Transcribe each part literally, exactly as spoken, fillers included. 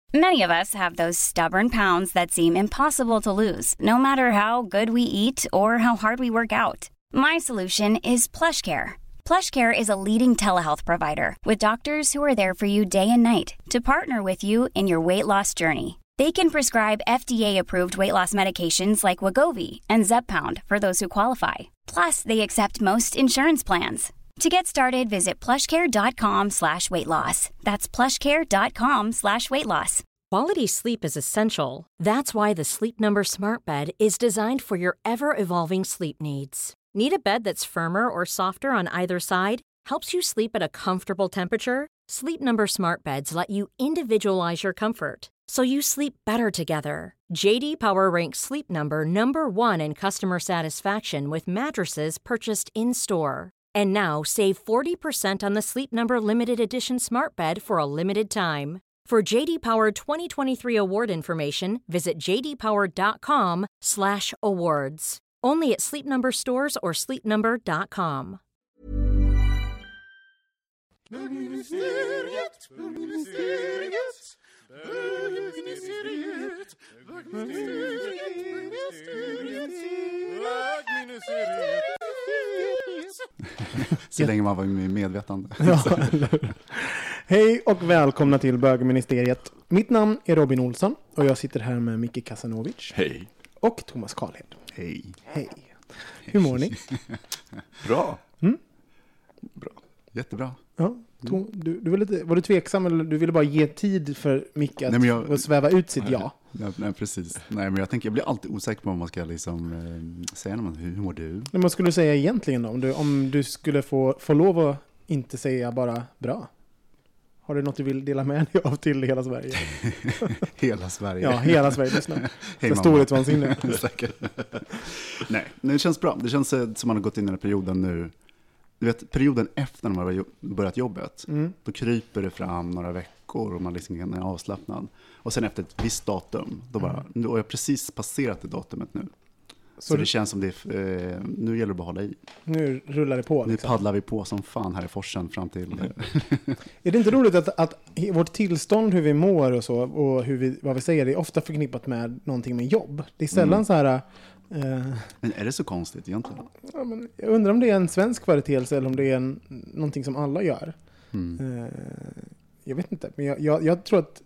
Many of us have those stubborn pounds that seem impossible to lose, no matter how good we eat or how hard we work out. My solution is PlushCare. PlushCare is a leading telehealth provider with doctors who are there for you day and night to partner with you in your weight loss journey. They can prescribe F D A-approved weight loss medications like Wegovy and Zepbound for those who qualify. Plus, they accept most insurance plans. To get started, visit plushcare.com slash weight loss. That's plushcare.com slash weight loss. Quality sleep is essential. That's why the Sleep Number Smart Bed is designed for your ever-evolving sleep needs. Need a bed that's firmer or softer on either side? Helps you sleep at a comfortable temperature? Sleep Number Smart Beds let you individualize your comfort, so you sleep better together. J D Power ranks Sleep Number number one in customer satisfaction with mattresses purchased in-store. And now, save forty percent on the Sleep Number Limited Edition Smart Bed for a limited time. For J D Power twenty twenty-three award information, visit jdpower.com slash awards. Only at Sleep Number stores or sleep number dot com. Bögministeriet, bögministeriet, bögministeriet, bögministeriet, bögministeriet. Så länge man var medvetande. Ja. Hej och välkomna till Bögministeriet. Mitt namn är Robin Olsson och jag sitter här med Micke Kasanovic. Hej. Och Thomas Karlhed. Hej. Hej. Hur mår ni? Bra. Mm? Bra. Jättebra. Ja. Du, du var, lite, var du tveksam eller du ville bara ge tid för Micke att, nej, jag, att sväva ut sitt ja? Nej, nej, precis. Nej, men jag tänker jag blir alltid osäker på om man ska liksom eh, säga något. Hur mår du? Men vad skulle du säga egentligen då? Om du, om du skulle få, få lov att inte säga bara bra. Har du något du vill dela med dig av till hela Sverige? Hela Sverige. Ja, hela Sverige lyssnar. Hej, storhetsvansinne. Nej, det känns bra. Det känns som man har gått in i den här perioden nu. Du vet, perioden efter när man har börjat jobbet, mm. då kryper det fram några veckor och man liksom är avslappnad. Och sen efter ett visst datum, då bara, mm. då har jag precis passerat det datumet nu. Så, så det, det känns som det är, eh, nu gäller det bara att hålla i. Nu rullar det på. Nu liksom. paddlar vi på som fan här i forsen fram till... Är det inte roligt att, att vårt tillstånd, hur vi mår och så, och hur vi, vad vi säger, är ofta förknippat med någonting med jobb. Det är sällan mm. så här... Uh, men är det så konstigt egentligen? Ja, men jag undrar om det är en svensk företeelse eller om det är en, någonting som alla gör. Mm. Uh, jag vet inte, men jag, jag, jag tror att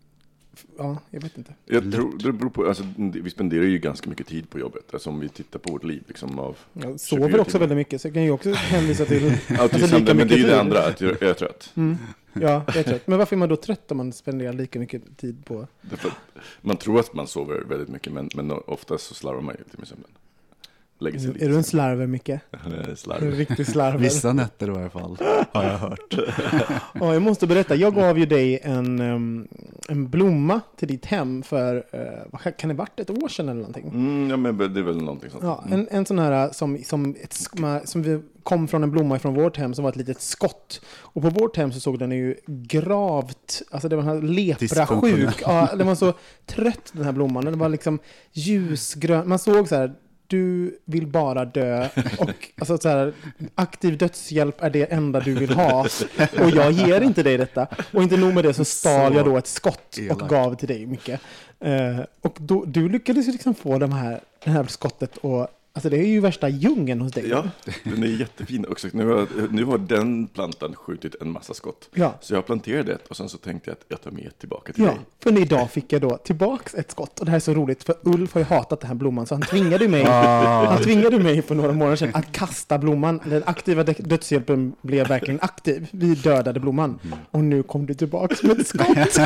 ja, jag vet inte. Jag tror det beror på, alltså, vi spenderar ju ganska mycket tid på jobbet, alltså om vi tittar på vårt liv liksom av. Jag sover också timmar. Väldigt mycket, så jag kan ju också hänvisa till ja, till alltså, lika men det är ju det andra, att jag, jag är trött. Mm. Ja, jag är trött. Men varför är man då trött om man spenderar lika mycket tid på? Man tror att man sover väldigt mycket, men, men oftast så slarvar man ju till med sömnen. Lägger sig är lite. du en slarver, Micke? Slarver. En riktig slarver. Vissa nätter då i alla fall, har jag hört. Ja, jag måste berätta. Jag gav ju dig en, um, en blomma till ditt hem för, uh, vad kan det varit, ett år sedan eller någonting? Mm, ja, men det är väl någonting sånt. Ja, en, en sån här som, som, ett, som vi kom från en blomma från vårt hem som var ett litet skott. Och på vårt hem så såg den ju gravt, alltså det var en här leprasjuk. Ja, den var så trött, den här blomman. Den var liksom ljusgrön. Man såg så här, du vill bara dö och alltså så här, aktiv dödshjälp är det enda du vill ha och jag ger inte dig detta, och inte nog med det så stal så jag då ett skott elak. Och gav till dig mycket uh, och då, du lyckades ju liksom få de här, det här skottet, och alltså det är ju värsta djungeln hos dig. Ja, den är jättefin också. Nu har, nu har den plantan skjutit en massa skott. Ja. Så jag planterade ett och sen så tänkte jag att jag tar med tillbaka till ja, dig. För idag fick jag då tillbaks ett skott. Och det här är så roligt, för Ulf har ju hatat den här blomman, så han tvingade mig, ah. han tvingade mig för några månader sedan att kasta blomman. Den aktiva dödshjälpen blev verkligen aktiv. Vi dödade blomman. Mm. Och nu kom du tillbaks med ett skott.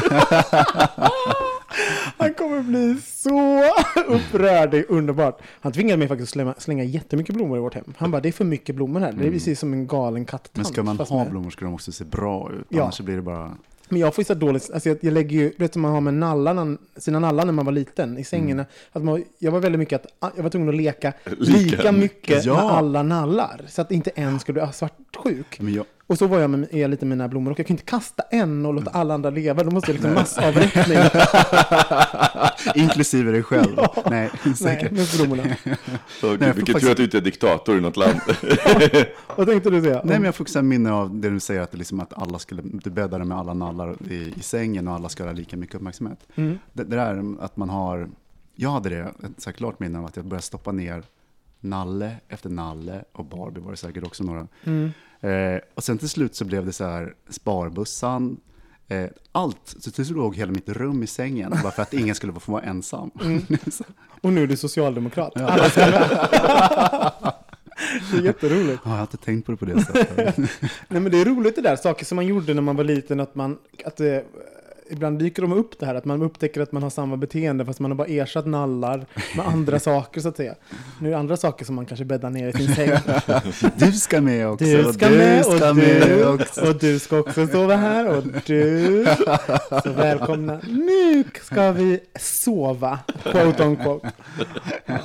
Han kommer bli så upprörd, det är underbart. Han tvingade mig faktiskt att slänga, slänga jättemycket blommor i vårt hem. Han bara, det är för mycket blommor här. Det är precis som en galen katt. Men ska man ha med blommor ska de också se bra ut. Ja. Annars blir det bara... Men jag får ju så dåligt, alltså jag, jag lägger ju, vet du, man har med nallarna, sina nallar när man var liten i sängen. Mm. Att man, jag var väldigt mycket att, jag var tvungen att leka lika, lika mycket ja. Med alla nallar. Så att inte en skulle bli svartsjuk. Men jag, Och så var jag med, är lite med mina blommor. Och jag kan inte kasta en och låta alla andra leva. Då måste jag liksom massavrättning. Inklusive dig själv. Ja. Nej, Nej, med blommorna. Så, Nej, vilket tror att du inte är diktator i något land. Vad tänkte du säga? Nej, men jag får också minne av det du säger, att, det liksom att alla skulle, du bäddade med alla nallar i, i sängen och alla ska ha lika mycket uppmärksamhet. Mm. Det, det där att man har, jag hade det, ett så klart minne av att jag började stoppa ner nalle efter nalle, och Barbie var det säkert också några. Mm. Eh, och sen till slut så blev det så här sparbussan, eh, allt, så till slut låg hela mitt rum i sängen bara för att ingen skulle få vara ensam. Mm. Och nu är du socialdemokrat. Ja. Alla ska med. Det är jätteroligt. Ja, jag har inte tänkt på det på det sättet. Nej, men det är roligt det där, saker som man gjorde när man var liten, att man, att det, ibland dyker de upp det här, att man upptäcker att man har samma beteende fast man har bara ersatt nallar med andra saker, så att säga. Nu är det andra saker som man kanske bäddar ner i sin säng. Du ska med också. Du ska, du med, ska och, med du, också. Och du ska också sova här, och du. Så välkomna. Nu ska vi sova, quote on quote. Ja.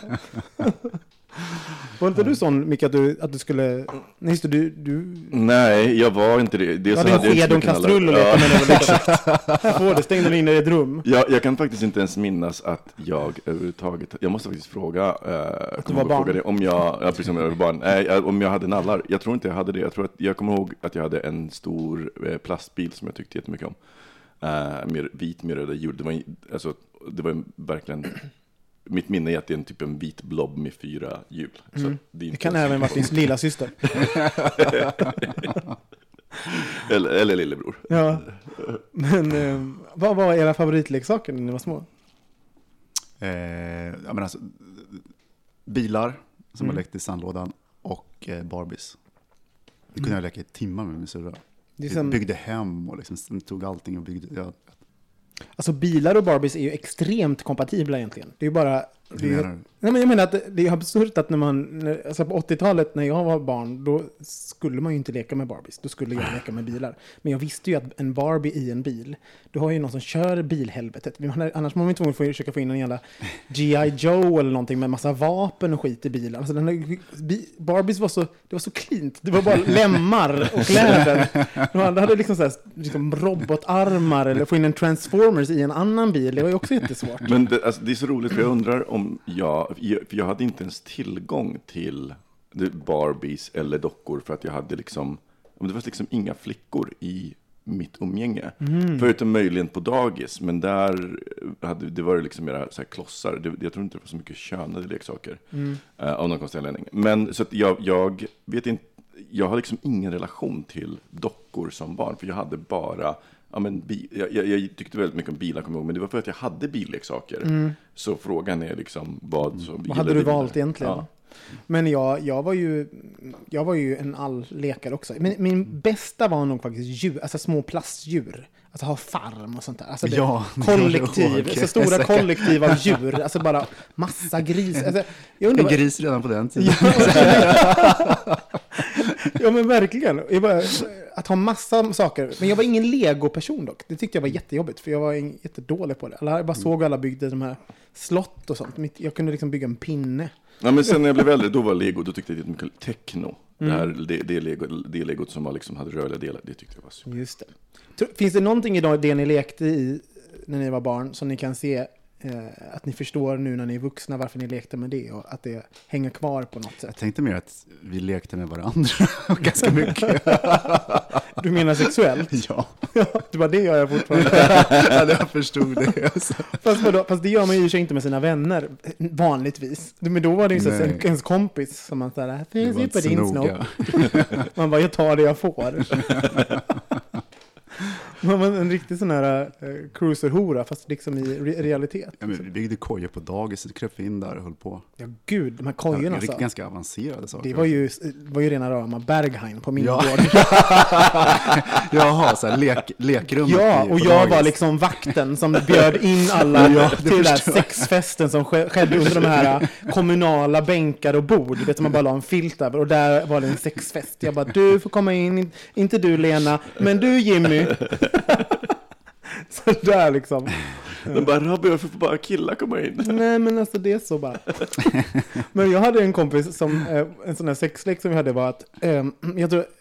Var inte du sån, Micke, att du, att du skulle... Nej, just det, du, du... Nej, jag var inte det. Det var det en sked och en kastrull och leka med det? Här får du, stängde du in i ett rum. Jag, jag kan faktiskt inte ens minnas att jag överhuvudtaget... Jag måste faktiskt fråga... Eh, att du var barn? Det, om jag, ja, precis, om jag var barn. Nej, om jag hade nallar. Jag tror inte jag hade det. Jag, tror att, jag kommer ihåg att jag hade en stor eh, plastbil som jag tyckte jättemycket om. Eh, med vit med röda hjul. Det var, alltså, det var verkligen... Mitt minne är att det är en typ en vit blob med fyra hjul. Mm. Så det, det kan även vara din lilla syster. eller, eller lillebror. Ja. Men eh, vad var era favoritleksaker när ni var små? Eh, jag menar alltså, bilar som Mm. har lekt i sandlådan och eh, Barbies. Det kunde mm. jag leka i timmar med min syrra. Vi som... byggde hem och liksom tog allting och byggde... Ja. Alltså bilar och Barbies är ju extremt kompatibla egentligen. Det är ju bara... Det är, nej, men jag menar att det, det är absurt att när man... När, alltså på åttiotalet när jag var barn, då skulle man ju inte leka med Barbies. Då skulle jag leka med bilar. Men jag visste ju att en Barbie i en bil, du har ju någon som kör bilhelvetet. Annars må man inte försöka få in en jävla G I Joe eller någonting med massa vapen och skit i bilen. Alltså den här, Barbies var så... Det var så cleant. Det var bara lemmar och kläder. De hade liksom, så här, liksom robotarmar eller få in en Transformers i en annan bil. Det var ju också jättesvårt. Men det, alltså, det är så roligt, för jag undrar om jag... För jag hade inte ens tillgång till Barbies eller dockor, för att jag hade liksom... Det var liksom inga flickor i mitt umgänge. Mm. Förutom möjligen på dagis, men där hade, det var det liksom mera så här klossar. Det, jag tror inte det var så mycket könade leksaker. Mm. Uh, av någon konstig anledning. Men så att jag, jag vet inte... Jag har liksom ingen relation till dockor som barn, för jag hade bara... Ja, men bi- jag, jag, jag tyckte väldigt mycket om bilar, kommer jag ihåg, men det var för att jag hade billeksaker. Mm. Så frågan är liksom vad som... Vad hade du valt egentligen? Ja. Men jag, jag, var ju, jag var ju en all lekare också. Men min bästa var nog faktiskt djur, alltså små plastdjur. Alltså ha farm och sånt där. Alltså det, ja, kollektiv, så stora kollektiv av djur. Alltså bara massa gris. Alltså, jag undrar, en gris redan på den tiden. Ja, men verkligen. Jag bara, att ha massa saker. Men jag var ingen Lego-person dock. Det tyckte jag var jättejobbigt, för jag var jättedålig på det. Jag bara såg alla byggde de här slott och sånt. Jag kunde liksom bygga en pinne. Ja, men sen när jag blev äldre, då var Lego, då tyckte jag det var mycket techno. Mm. Det, här, det, det, Lego, det Legot som var liksom, hade rörliga delar, det tyckte jag var super. Just det. Finns det någonting i det ni lekte i när ni var barn som ni kan se eh, att ni förstår nu när ni är vuxna varför ni lekte med det och att det hänger kvar på något sätt? Jag tänkte mer att vi lekte med varandra ganska mycket. Du menar sexuellt? Ja. Det var det jag fortfarande. Ja, jag förstod det. Alltså. Fast, vadå, fast det gör man ju inte med sina vänner vanligtvis. Men då var det ju så en, ens kompis som man såhär, finns ju på din snopp. Man bara, jag tar det jag får. Man var en riktig sån här uh, cruiser-hora, fast liksom i re- realitet. Ja, men vi byggde kojor på dagis, så kröp in där och höll på. Ja, gud, de här kojorna. Ja, det ganska avancerade saker. Det var ju, var ju rena rama Berghain på min ja. gård. Jaha, så här lek, lekrummet. Ja, och jag dagis. Var liksom vakten som bjöd in alla ja, till den där sexfesten som skedde under de här kommunala bänkar och bord. Du vet, som man bara la en filt över. Och där var det en sexfest. Jag bara, du får komma in, inte du Lena, men du Jimmy. Så där liksom. Men bara, Robby, varför får bara killar komma in? Nej, men alltså det är så bara. Men jag hade en kompis som, en sån här sexlek som vi hade var att, eh, jag tror,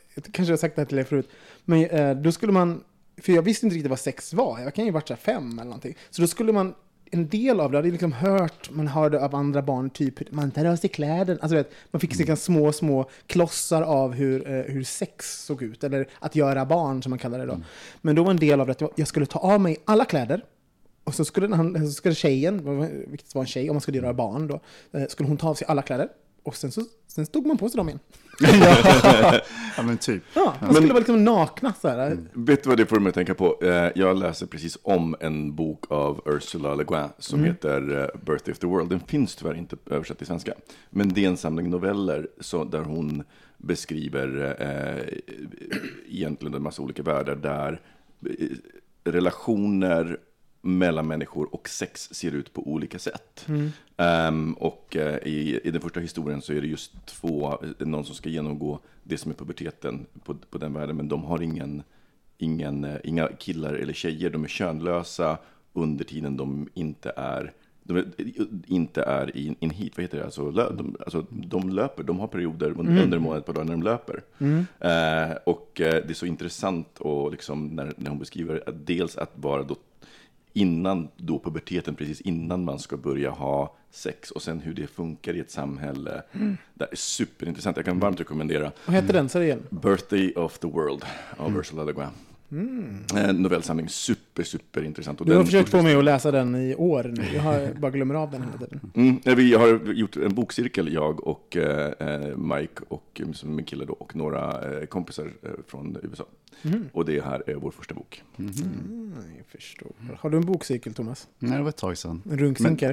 jag kanske har sagt det här till er förut, men eh, då skulle man, för jag visste inte riktigt vad sex var, jag kan ju varit så här fem eller någonting, så då skulle man, en del av det hade liksom hört, man hörde av andra barn typ, man tar av sig kläder, alltså vet, man fick sig små, små klossar av hur, eh, hur sex såg ut, eller att göra barn som man kallar det då. Mm. Men då var en del av det att jag skulle ta av mig alla kläder, och så skulle, han, så skulle tjejen, vilket var en tjej, om man skulle göra barn då, eh, skulle hon ta av sig alla kläder, och sen så sen stod man på sig dem igen. Ja, men typ. Ja, man skulle vara liksom nakna så här. Mm. Vet du vad det får mig att tänka på? Jag läser precis om en bok av Ursula Le Guin som mm. heter Birth of the World. Den finns tyvärr inte översatt till svenska. Men det är en samling noveller så, där hon beskriver eh, egentligen en massa olika världar där relationer mellan människor och sex ser ut på olika sätt. Mm. Um, och uh, i, i den första historien så är det just två, någon som ska genomgå det som är puberteten på, på den världen, men de har ingen, ingen, uh, inga killar eller tjejer, de är könlösa under tiden de inte är de är, inte är in, in hit, vad heter det? Alltså, lö, de, alltså, de löper, de har perioder under, mm. under en månad på dagen när de löper. Mm. Uh, och uh, det är så intressant och liksom, när, när hon beskriver att dels att vara då innan då puberteten, precis innan man ska börja ha sex, och sen hur det funkar i ett samhälle. Mm. Det är superintressant. Jag kan varmt rekommendera. Vad heter den? Så igen. Birthday of the World av mm. Ursula Le Guin. Mm. En novellsamling, super, super intressant. Och du har den försökt få mig att läsa den i år nu. Jag har bara glömmer av den hela tiden. Mm, vi har gjort en bokcirkel, jag och eh, Mike och som min kille då, och några eh, kompisar eh, från U S A. Mm. Och det här är vår första bok. Mm. Mm, jag förstår. Har du en bokcirkel, Thomas? Nej, det var ett tag sedan. En runksinker?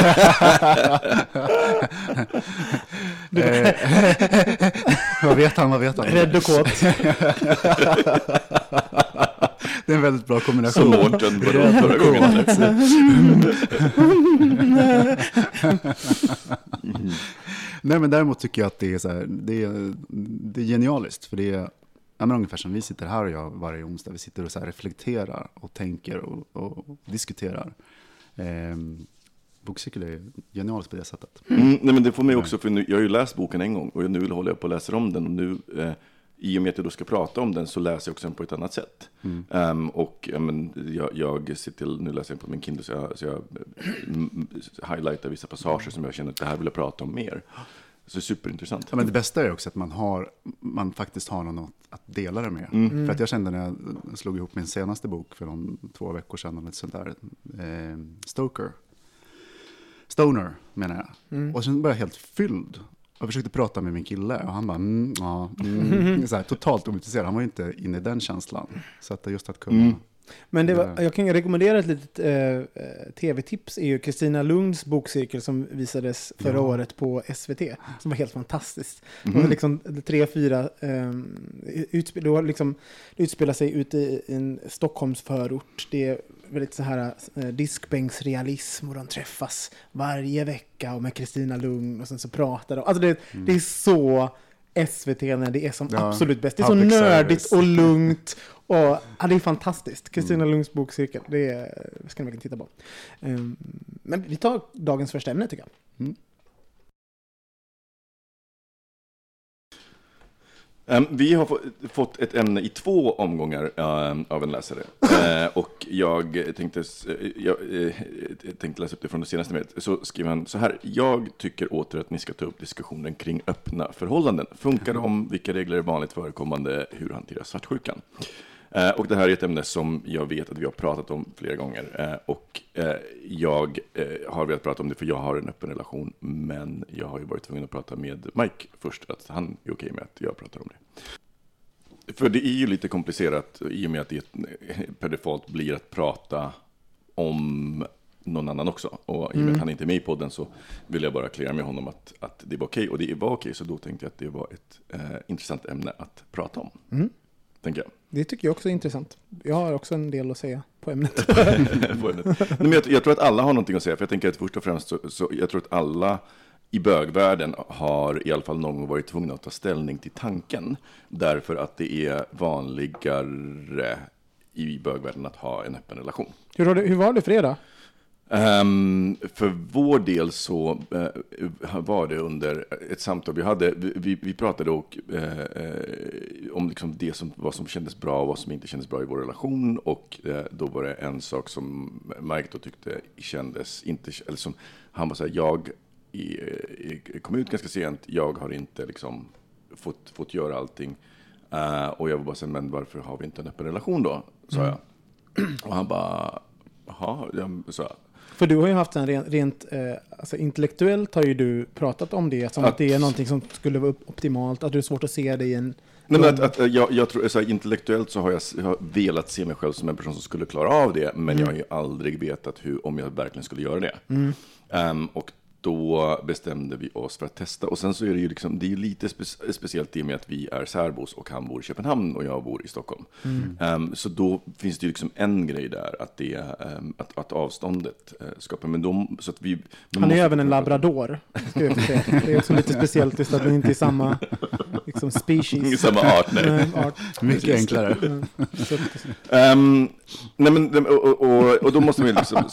Men... vad vet han, vad vet han? Rädd och kåt. Det är en väldigt bra kombination. Mårten på de förra gången. Nej, men däremot tycker jag att det är så här, det är, det är genialiskt, för det är ja, men ungefär som vi sitter här och jag varje onsdag, vi sitter och så här reflekterar och tänker och, och, och diskuterar. Eh, Bokcirkel är genialiskt på det sättet. Mm, nej, men det får mig också, för nu, jag har ju läst boken en gång och nu håller jag på att läsa om den, och nu eh, i och med att jag då ska prata om den så läser jag också den på ett annat sätt. Mm. Um, och ja, men, jag, jag sitter till, nu läser jag på min Kindle så jag, så jag mm, highlightar vissa passager som jag känner att det här vill jag prata om mer. Så det är superintressant. Ja, men det bästa är också att man, har, man faktiskt har någon att dela det med. Mm. För att jag kände när jag slog ihop min senaste bok för någon, två veckor sedan om ett sånt där eh, Stoker. Stoner menar jag. Mm. Och sen var jag helt fylld. Jag försökte prata med min kille och han bara, mm, ja, mm. Så här, totalt ointresserad. Han var ju inte inne i den känslan. Så att just att kunna... Mm. Men det var, jag kan rekommendera ett litet eh, tv-tips, är ju Kristina Lunds bokcirkel som visades förra ja. året på S V T, som var helt fantastiskt. Mm. Det var liksom tre, fyra eh, utspel, då liksom, det utspelar sig ute i en Stockholms förort. Det är väldigt så här eh, diskbänksrealism och de träffas varje vecka och med Kristina Lund och sen så pratar de. Alltså det, mm. det är så S V T när det är som ja, absolut bäst. Det är så nördigt service. Och lugnt. Och, ja, det är fantastiskt. Kristina mm. Lunds bokcirkel. Det är, ska ni verkligen titta på. Um, men vi tar dagens första ämne, tycker jag. Mm. Um, vi har få, fått ett ämne i två omgångar um, av en läsare. uh, och jag tänkte, uh, jag, uh, tänkte läsa upp det från det senaste mejlet. Så skriver han så här: jag tycker åter att ni ska ta upp diskussionen kring öppna förhållanden. Funkar de? Vilka regler är vanligt förekommande? Hur hanteras svartsjukan? Uh, och det här är ett ämne som jag vet att vi har pratat om flera gånger. Uh, och uh, jag uh, har velat prata om det för jag har en öppen relation. Men jag har ju varit tvungen att prata med Mike först, att han är okej med att jag pratar om det. För det är ju lite komplicerat i och med att det per default blir att prata om någon annan också. Och i och med mm. att han inte är med i podden så vill jag bara klära med honom att, att det var okej. Och det var okej, så då tänkte jag att det var ett uh, intressant ämne att prata om. Mm. Tänker jag. Det tycker jag också är intressant. Jag har också en del att säga på ämnet. på ämnet. Men jag, jag tror att alla har någonting att säga. För jag tänker att först och främst så, så jag tror att alla i bögvärlden har i alla fall någon gång varit tvungna att ta ställning till tanken. Därför att det är vanligare i bögvärlden att ha en öppen relation. Hur var det, hur var det för er då? Um, för vår del så uh, var det under ett samtal vi hade, vi, vi pratade och, uh, uh, om liksom det som, vad som kändes bra och vad som inte kändes bra i vår relation, och uh, då var det en sak som Mike då tyckte kändes inte, eller som han var så här, jag i, i, kom ut ganska sent, jag har inte liksom fått, fått göra allting, uh, och jag var bara så här, men varför har vi inte en öppen relation då, sa jag. Mm. Och han bara, jaha, jag sa. För du har ju haft en rent, rent eh, alltså intellektuellt har ju du pratat om det som att, att det är någonting som skulle vara optimalt, att det är svårt att se det i en... Nej, men att, att, jag, jag tror, så här, intellektuellt så har jag, jag har velat se mig själv som en person som skulle klara av det, men mm. jag har ju aldrig vetat hur, om jag verkligen skulle göra det. Mm. Um, och då bestämde vi oss för att testa. Och sen så är det ju liksom, det är ju lite spe- speciellt det med att vi är särbos och han bor i Köpenhamn och jag bor i Stockholm. Mm. Um, så då finns det ju liksom en grej där, att, det, um, att, att avståndet uh, skapar. Men de, så att vi, han är måste... även en labrador. Ska jag säga. Det är också lite speciellt just att vi inte är samma liksom, species. Samma art, nej. nej art. Mycket enklare. um, nej, men, och, och, och då måste vi liksom...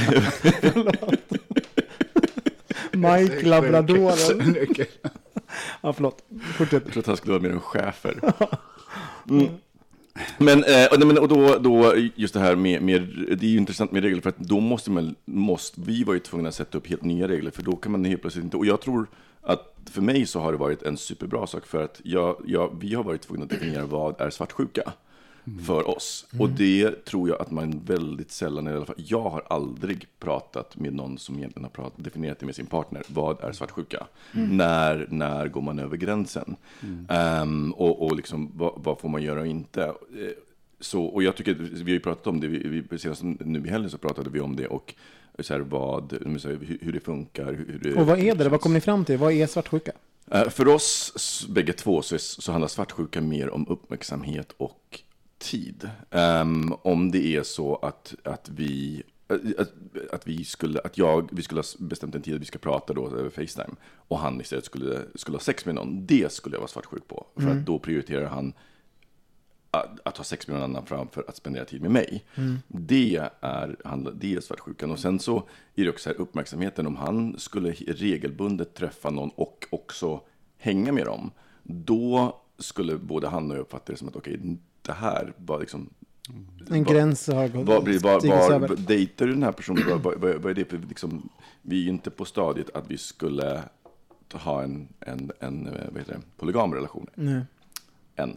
Mike Labradoren. Ja, förlåt. Fortsätt. Jag tror att han skulle vara mer en chefer. Mm. Men, eh, och då, då just det här med, med, det är ju intressant med regler, för att då måste man, måste, vi var ju tvungna att sätta upp helt nya regler, för då kan man helt plötsligt inte, och jag tror att för mig så har det varit en superbra sak, för att jag, jag, vi har varit tvungna att definiera vad är svartsjuka mm. för oss. Mm. Och det tror jag att man väldigt sällan, i alla fall, jag har aldrig pratat med någon som egentligen har pratat, definierat det med sin partner. Vad är svartsjuka? Mm. När, när går man över gränsen? Mm. Um, och, och liksom, vad, vad får man göra och inte? Så, och jag tycker, vi har ju pratat om det, vi, vi, senast nu i helgen så pratade vi om det, och så här, vad, hur det funkar. Hur det, och vad är det? Vad kommer ni fram till? Vad är svartsjuka? Uh, för oss bägge två så, så handlar svartsjuka mer om uppmärksamhet och tid. Um, om det är så att, att vi att, att vi skulle att jag vi skulle ha bestämt en tid att vi ska prata då över FaceTime, och han istället skulle skulle ha sex med någon, det skulle jag vara svartsjuk på, för mm. att då prioriterar han att, att ha sex med någon annan framför att spendera tid med mig. Mm. Det är handla, det är svartsjukan. Och sen så är det också här uppmärksamheten, om han skulle regelbundet träffa någon och också hänga med dem, då skulle både han och jag uppfatta det som att okej, okay, det här var liksom en var, gräns har gått. Var, var, var, var, dejtar du den här personen? Vad var, var, var är det för, liksom, vi är ju inte på stadiet att vi skulle ha en, en, en vad heter det, polygamrelation. Nej. En.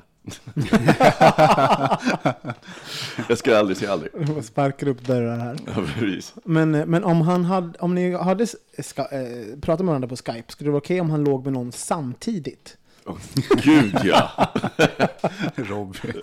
Jag ska aldrig säga aldrig. Sparkar upp dörrar här. Ja, precis. Men, men om han hade, om ni hade ska, äh, pratat med varandra på Skype, skulle det vara okej okay om han låg med någon samtidigt? Oh, gud, ja. Robin.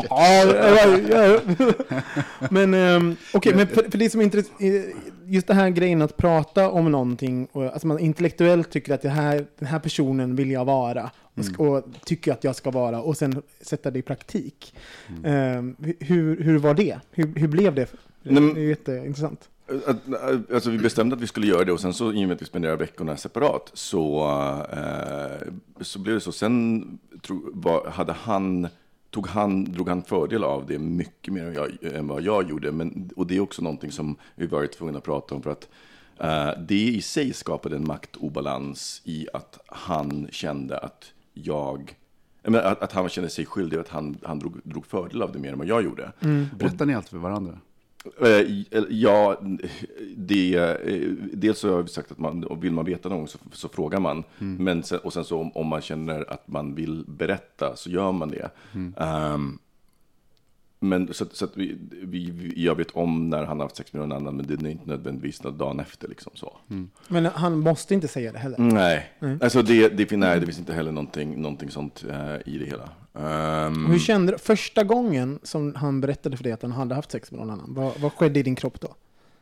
Men um, okej, okay, men för, för det som är intressant, just det här grejen att prata om någonting, och alltså man intellektuellt tycker att det här, den här personen vill jag vara och, mm. och tycker att jag ska vara, och sen sätta det i praktik. Mm. Um, hur, hur var det? Hur, hur blev det? Det är jätteintressant. Alltså vi bestämde att vi skulle göra det, och sen så i och med att vi spenderar veckorna separat så, eh, så blev det så. Sen tro, var, hade han, tog han, drog han fördel av det mycket mer än, jag, än vad jag gjorde. Men, och det är också någonting som vi varit tvungna att prata om, för att eh, det i sig skapade en maktobalans i att han kände att jag... Att, att han kände sig skyldig, att han, han drog, drog fördel av det mer än vad jag gjorde. Mm. Berättar ni allt för varandra? Ja, det, dels så har vi sagt att man, vill man veta någon så, så frågar man. Mm. Men sen, och sen så om, om man känner att man vill berätta så gör man det. Mm. Um, men så, så att vi, vi, jag vet om när han har haft sex med någon annan, men det är inte nödvändigtvis någon dagen efter liksom så. Mm. Men han måste inte säga det heller? Nej, mm. alltså det, det, nej, det finns inte heller någonting, någonting sånt uh, i det hela. Um, hur kände du första gången som han berättade för dig att han hade haft sex med någon annan? Vad, vad skedde i din kropp då?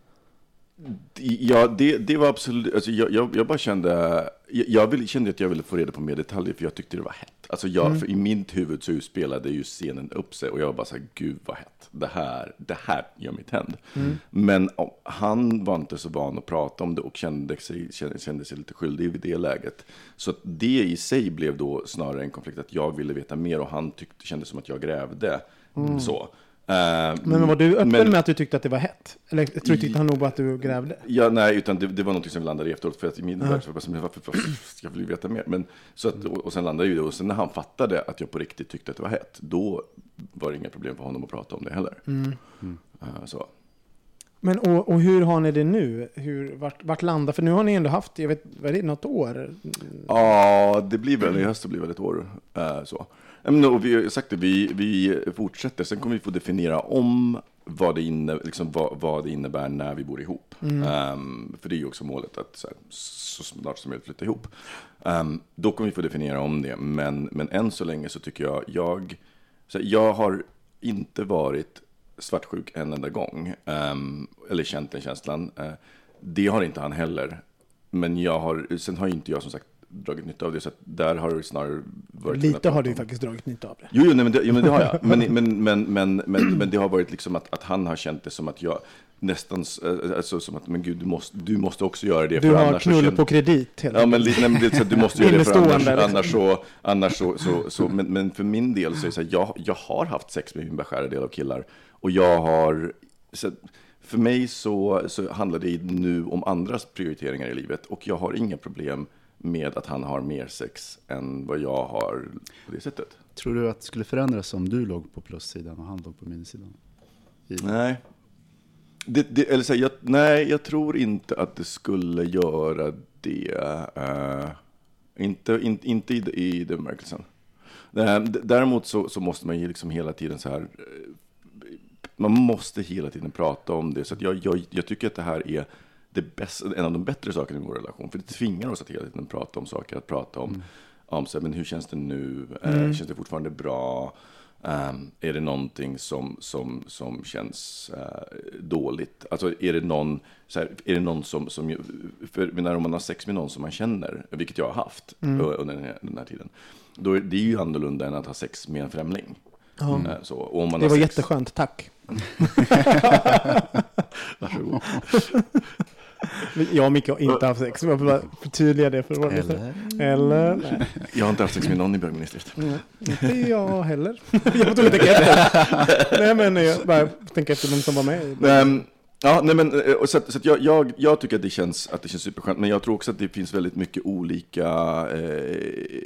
Ja, det, det var absolut, alltså jag, jag, jag bara kände, jag, jag ville, kände att jag ville få reda på mer detaljer, för jag tyckte det var hett. Alltså jag, mm. för i mitt huvud så spelade ju scenen upp sig, och jag var bara så här, gud vad hett. Det här, det här gör mitt händ. Mm. Men om, han var inte så van att prata om det och kände sig, kände, kände sig lite skyldig vid det läget. Så att det i sig blev då snarare en konflikt, att jag ville veta mer och han tyckte, kände som att jag grävde. Mm. Så. Men var du öppen men, med att du tyckte att det var hett? Eller tror du tyckte han nog bara att du grävde? Ja, nej, utan det, det var något som vi landade i efteråt. För att i min värld så var det varför, varför ska jag veta mer? Men, så att, och, och sen landade ju det. Och sen när han fattade att jag på riktigt tyckte att det var hett, då var det inga problem för honom att prata om det heller. Mm. Mm. Uh, så. Men och, och hur har ni det nu? Hur, vart, vart landar? För nu har ni ändå haft, jag vet, vad är det, något år? Ja, det blir väl, i höst blir väl ett år. Uh, så. Men, och vi har sagt det, vi, vi fortsätter. Sen kommer vi få definiera om vad det, inne, liksom, vad, vad det innebär när vi bor ihop. Mm. Um, för det är ju också målet att så, här, så snart som möjligt flytta ihop. Um, då kommer vi få definiera om det. Men, men än så länge så tycker jag, jag, så här, jag har inte varit svartsjuk en enda gång. Um, eller känt den känslan. Uh, det har inte han heller. Men jag har, sen har inte jag som sagt dragit nytta av det, så att där har det snarare varit... Lite har du ju faktiskt dragit nytta av det. Jo, jo nej, men, det, jo men det har jag. Men, men, men, men, men, men det har varit liksom att, att han har känt det som att jag nästan, alltså som att, men gud, du måste, du måste också göra det. Du för har annars knull känner, på kredit hela ja, men, nej, men det, så du måste göra det för annars, liksom. annars så, annars så, så, så men, men för min del så är det så här, jag, jag har haft sex med min beskärda del av killar, och jag har... Så, för mig så, så handlar det nu om andras prioriteringar i livet, och jag har inga problem med att han har mer sex än vad jag har på det sättet. Tror du att det skulle förändras om du låg på plussidan och han låg på minussidan? I... Nej. Det, det, eller så, jag, nej, jag tror inte att det skulle göra det. Uh, inte, in, inte i, i den bemärkelsen. Uh, däremot så, så måste man ju liksom hela tiden så här... Uh, man måste hela tiden prata om det. Så att jag, jag, jag tycker att det här är det bästa, en av de bättre sakerna i vår relation. För det tvingar oss att hela tiden prata om saker. Att prata om, mm. om så här, men hur känns det nu? Mm. Uh, känns det fortfarande bra? Um, är det någonting som, som, som känns uh, dåligt? Alltså är det någon, så här, är det någon som, som för när man har sex med någon som man känner, vilket jag har haft mm. under den här, den här tiden, då är det ju annorlunda än att ha sex med en främling. Mm. Uh, så, och om man det har var sex... jätteskönt, tack. Varsågod. Jag och Micke har inte haft sex, så jag vill bara förtydliga det för Eller? Eller? Nej. Jag har inte haft sex med någon i bögministeriet. Mm. Inte jag heller. Jag får inte tänka efter. Nej, men jag bara tänka efter de som var med. Um, ja, nej, men så, att, så att jag, jag, jag tycker att det känns att det känns superskönt, men jag tror också att det finns väldigt mycket olika eh,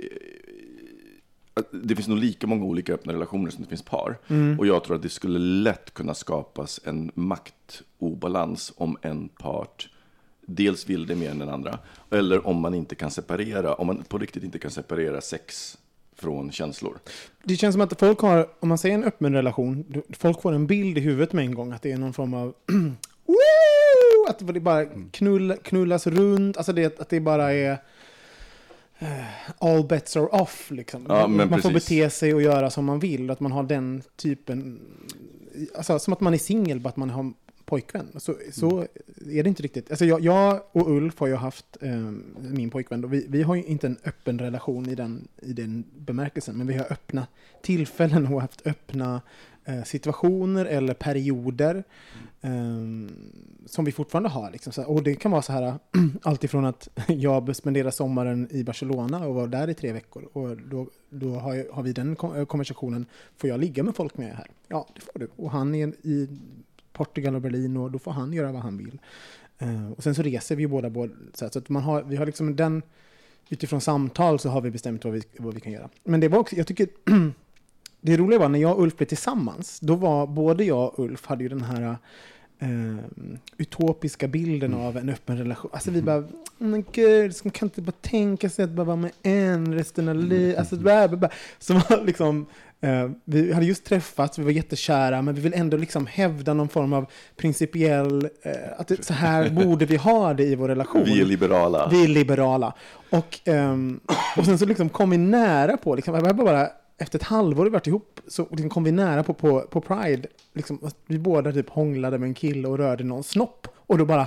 det finns nog lika många olika öppna relationer som det finns par. Mm. Och jag tror att det skulle lätt kunna skapas en maktobalans om en part dels vill det mer än den andra. Eller om man inte kan separera, om man på riktigt inte kan separera sex från känslor. Det känns som att folk har, om man säger en öppen relation, folk får en bild i huvudet med en gång att det är någon form av att det bara knull, knullas runt, alltså det, att det bara är all bets are off liksom. Ja, man precis. får bete sig och göra som man vill, att man har den typen, alltså som att man är singel, bara att man har pojkvän. Så, så mm. är det inte riktigt. Alltså jag, jag och Ulf har ju haft eh, min pojkvän, och vi, vi har ju inte en öppen relation i den, i den bemärkelsen, men vi har öppna tillfällen och haft öppna eh, situationer eller perioder mm. eh, som vi fortfarande har. Liksom. Så, och det kan vara så här, alltifrån att jag spenderar sommaren i Barcelona och var där i tre veckor, och då, då har, jag, har vi den konversationen, får jag ligga med folk med här? Ja, det får du. Och han är i Portugal och Berlin, och då får han göra vad han vill. Uh, och sen så reser vi ju båda, båda så, här, så att man har, vi har liksom den, utifrån samtal så har vi bestämt vad vi, vad vi kan göra. Men det var också, jag tycker det roliga var när jag och Ulf blev tillsammans, då var både jag och Ulf hade ju den här uh, utopiska bilden mm. av en öppen relation. Alltså vi bara, men gud, man kan inte bara tänka sig att bara vara med en resten av livet. Alltså bla, bla, bla. Så var liksom Uh, vi hade just träffats, vi var jättekära, men vi vill ändå liksom hävda någon form av principiell uh, att det, så här borde vi ha det i vår relation. Vi är liberala. Vi är liberala. Och, um, och sen så liksom kom vi nära på, liksom, jag bara, efter ett halvår vi varit ihop, så liksom kom vi nära på, på, på Pride. Liksom, vi båda typ hånglade med en kille och rörde någon snopp. Och då bara...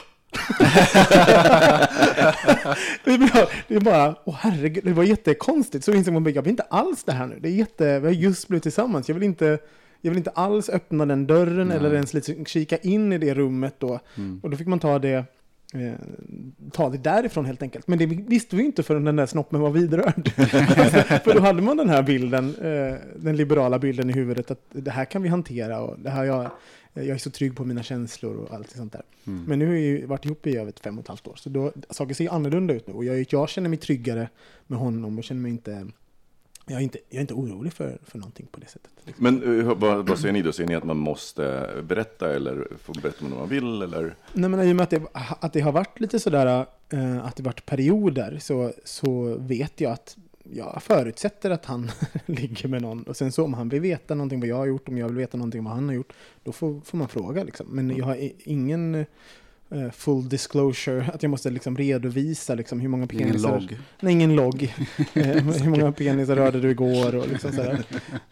det är bara, åh herregud, det var jättekonstigt. Så insåg man, jag vill inte alls det här nu. Det är jätte, vi har just blivit tillsammans. Jag vill inte, jag vill inte alls öppna den dörren. Nej. Eller ens liksom kika in i det rummet då. Mm. Och då fick man ta det eh, ta det därifrån helt enkelt. Men det visste vi inte förrän den där snoppen var vidrörd. För då hade man den här bilden, eh, den liberala bilden i huvudet att det här kan vi hantera och det här jag, jag är så trygg på mina känslor och allt sånt där. Mm. Men nu har vi varit ihop i över fem och ett halvt år. Så då, saker ser annorlunda ut nu. Och jag, jag känner mig tryggare med honom och känner mig inte... Jag är inte, jag är inte orolig för, för någonting på det sättet. Liksom. Men uh, vad, vad säger ni då? Säger ni att man måste berätta eller få berätta om man vill? Eller? Nej, men i och med att det, att det har varit lite sådär, uh, att det varit perioder så, så vet jag att jag förutsätter att han ligger med någon. Och sen så om han vill veta någonting vad jag har gjort, om jag vill veta någonting vad han har gjort, då får, får man fråga. Liksom. Men jag har ingen... Uh, full disclosure, att jag måste liksom redovisa liksom, hur många penisar... Ingen logg. Nej, ingen logg. uh, hur många penisar rörde du igår och liksom sådär.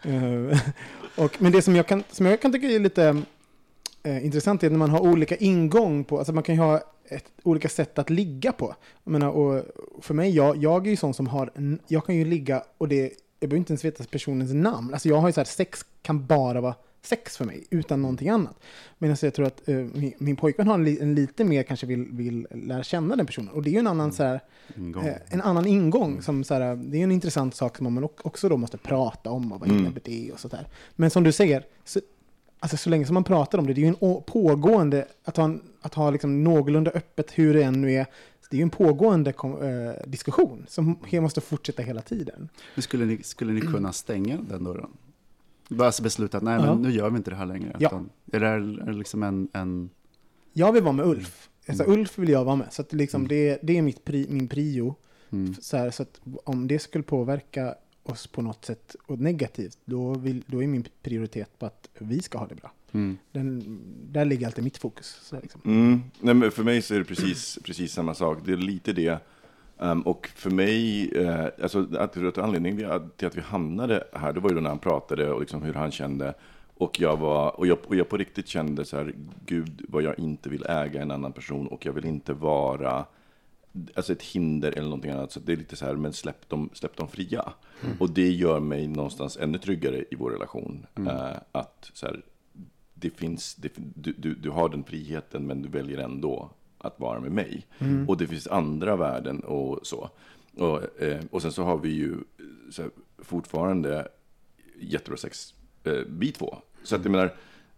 Uh, och, men det som jag kan, som jag kan tycka är lite uh, intressant är när man har olika ingång på, alltså man kan ju ha ett, olika sätt att ligga på. Jag menar, och för mig, jag, jag är ju sån som har, jag kan ju ligga och det, jag behöver inte ens veta personens namn. Alltså jag har ju så här, sex kan bara vara sex för mig, utan någonting annat. Men alltså jag tror att uh, min, min pojkvän har en, li, en lite mer, kanske vill, vill lära känna den personen. Och det är ju en annan, mm. så här, ingång. Uh, en annan ingång. Mm. Som, så här, det är en intressant sak som man också då måste prata om. Och vad mm. innebär det och sådär. Men som du säger, så, alltså så länge som man pratar om det, det är ju en pågående, att ha, en, att ha liksom någorlunda öppet hur det än nu är, det är ju en pågående uh, diskussion som måste fortsätta hela tiden. Men skulle ni, skulle ni kunna stänga den dörren? Bara alltså besluta att nej, men ja. nu gör vi inte det här längre. Ja. Utan, är det här liksom en, en... Jag vill vara med Ulf. Alltså, mm. Ulf vill jag vara med. Så att liksom, mm. det, det är mitt pri, min prio. Mm. Så, här, så att om det skulle påverka oss på något sätt och negativt, då, vill, då är min prioritet på att vi ska ha det bra. Mm. Den, där ligger alltid mitt fokus. Så här, liksom. mm. Nej, men för mig så är det precis, precis samma sak. Det är lite det. Um, och för mig, uh, alltså att, att anledningen till att vi hamnade här, det var ju då när han pratade och liksom hur han kände. Och jag, var, och, jag, och jag på riktigt kände så här, gud vad jag inte vill äga en annan person och jag vill inte vara alltså ett hinder eller någonting annat. Så det är lite så här, men släpp dem, släpp dem fria. Mm. Och det gör mig någonstans ännu tryggare i vår relation. Mm. Uh, att så här, det finns, det, du, du, du har den friheten men du väljer ändå att vara med mig. Mm. Och det finns andra värden och så. Och, eh, och sen så har vi ju så här, fortfarande jättebra sex eh, vi två. Så att jag menar,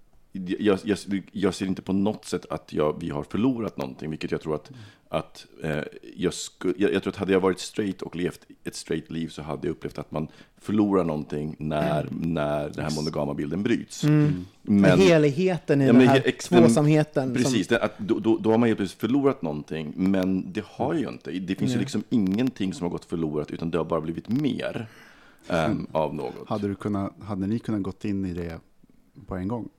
jag, jag, jag ser inte på något sätt att jag, vi har förlorat någonting, vilket jag tror att, att eh, jag, sku, jag, jag tror att hade jag varit straight och levt ett straight liv så hade jag upplevt att man förlorar någonting när, när den här monogama bilden bryts. Mm. Men heligheten i ja, den här ex, tvåsamheten. Precis, som... det, att då, då, då har man ju förlorat någonting, men det har ju inte. Det finns mm. ju liksom ingenting som har gått förlorat, utan det har bara blivit mer um, av något. Hade, du kunnat, hade ni kunnat gått in i det på en gång?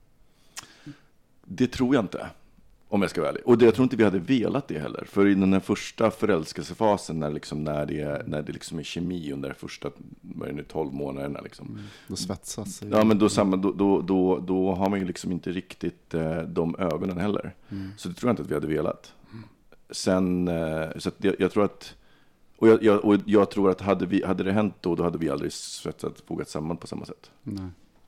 Det tror jag inte, om jag ska vara ärlig. Och det, jag tror inte vi hade velat det heller. För i den här första förälskelsefasen, när, liksom, när det, är, när det liksom är kemi under de första vad är det nu, tolv månaderna. Liksom. Mm, då svetsas. Ja, men då, samma, då, då, då, då har man ju liksom inte riktigt eh, de ögonen heller. Mm. Så det tror jag inte att vi hade velat. Mm. Sen, eh, så att jag, jag tror att... Och jag, jag, och jag tror att hade, vi, hade det hänt då, då hade vi aldrig svetsat, fogat samman på samma sätt. Nej.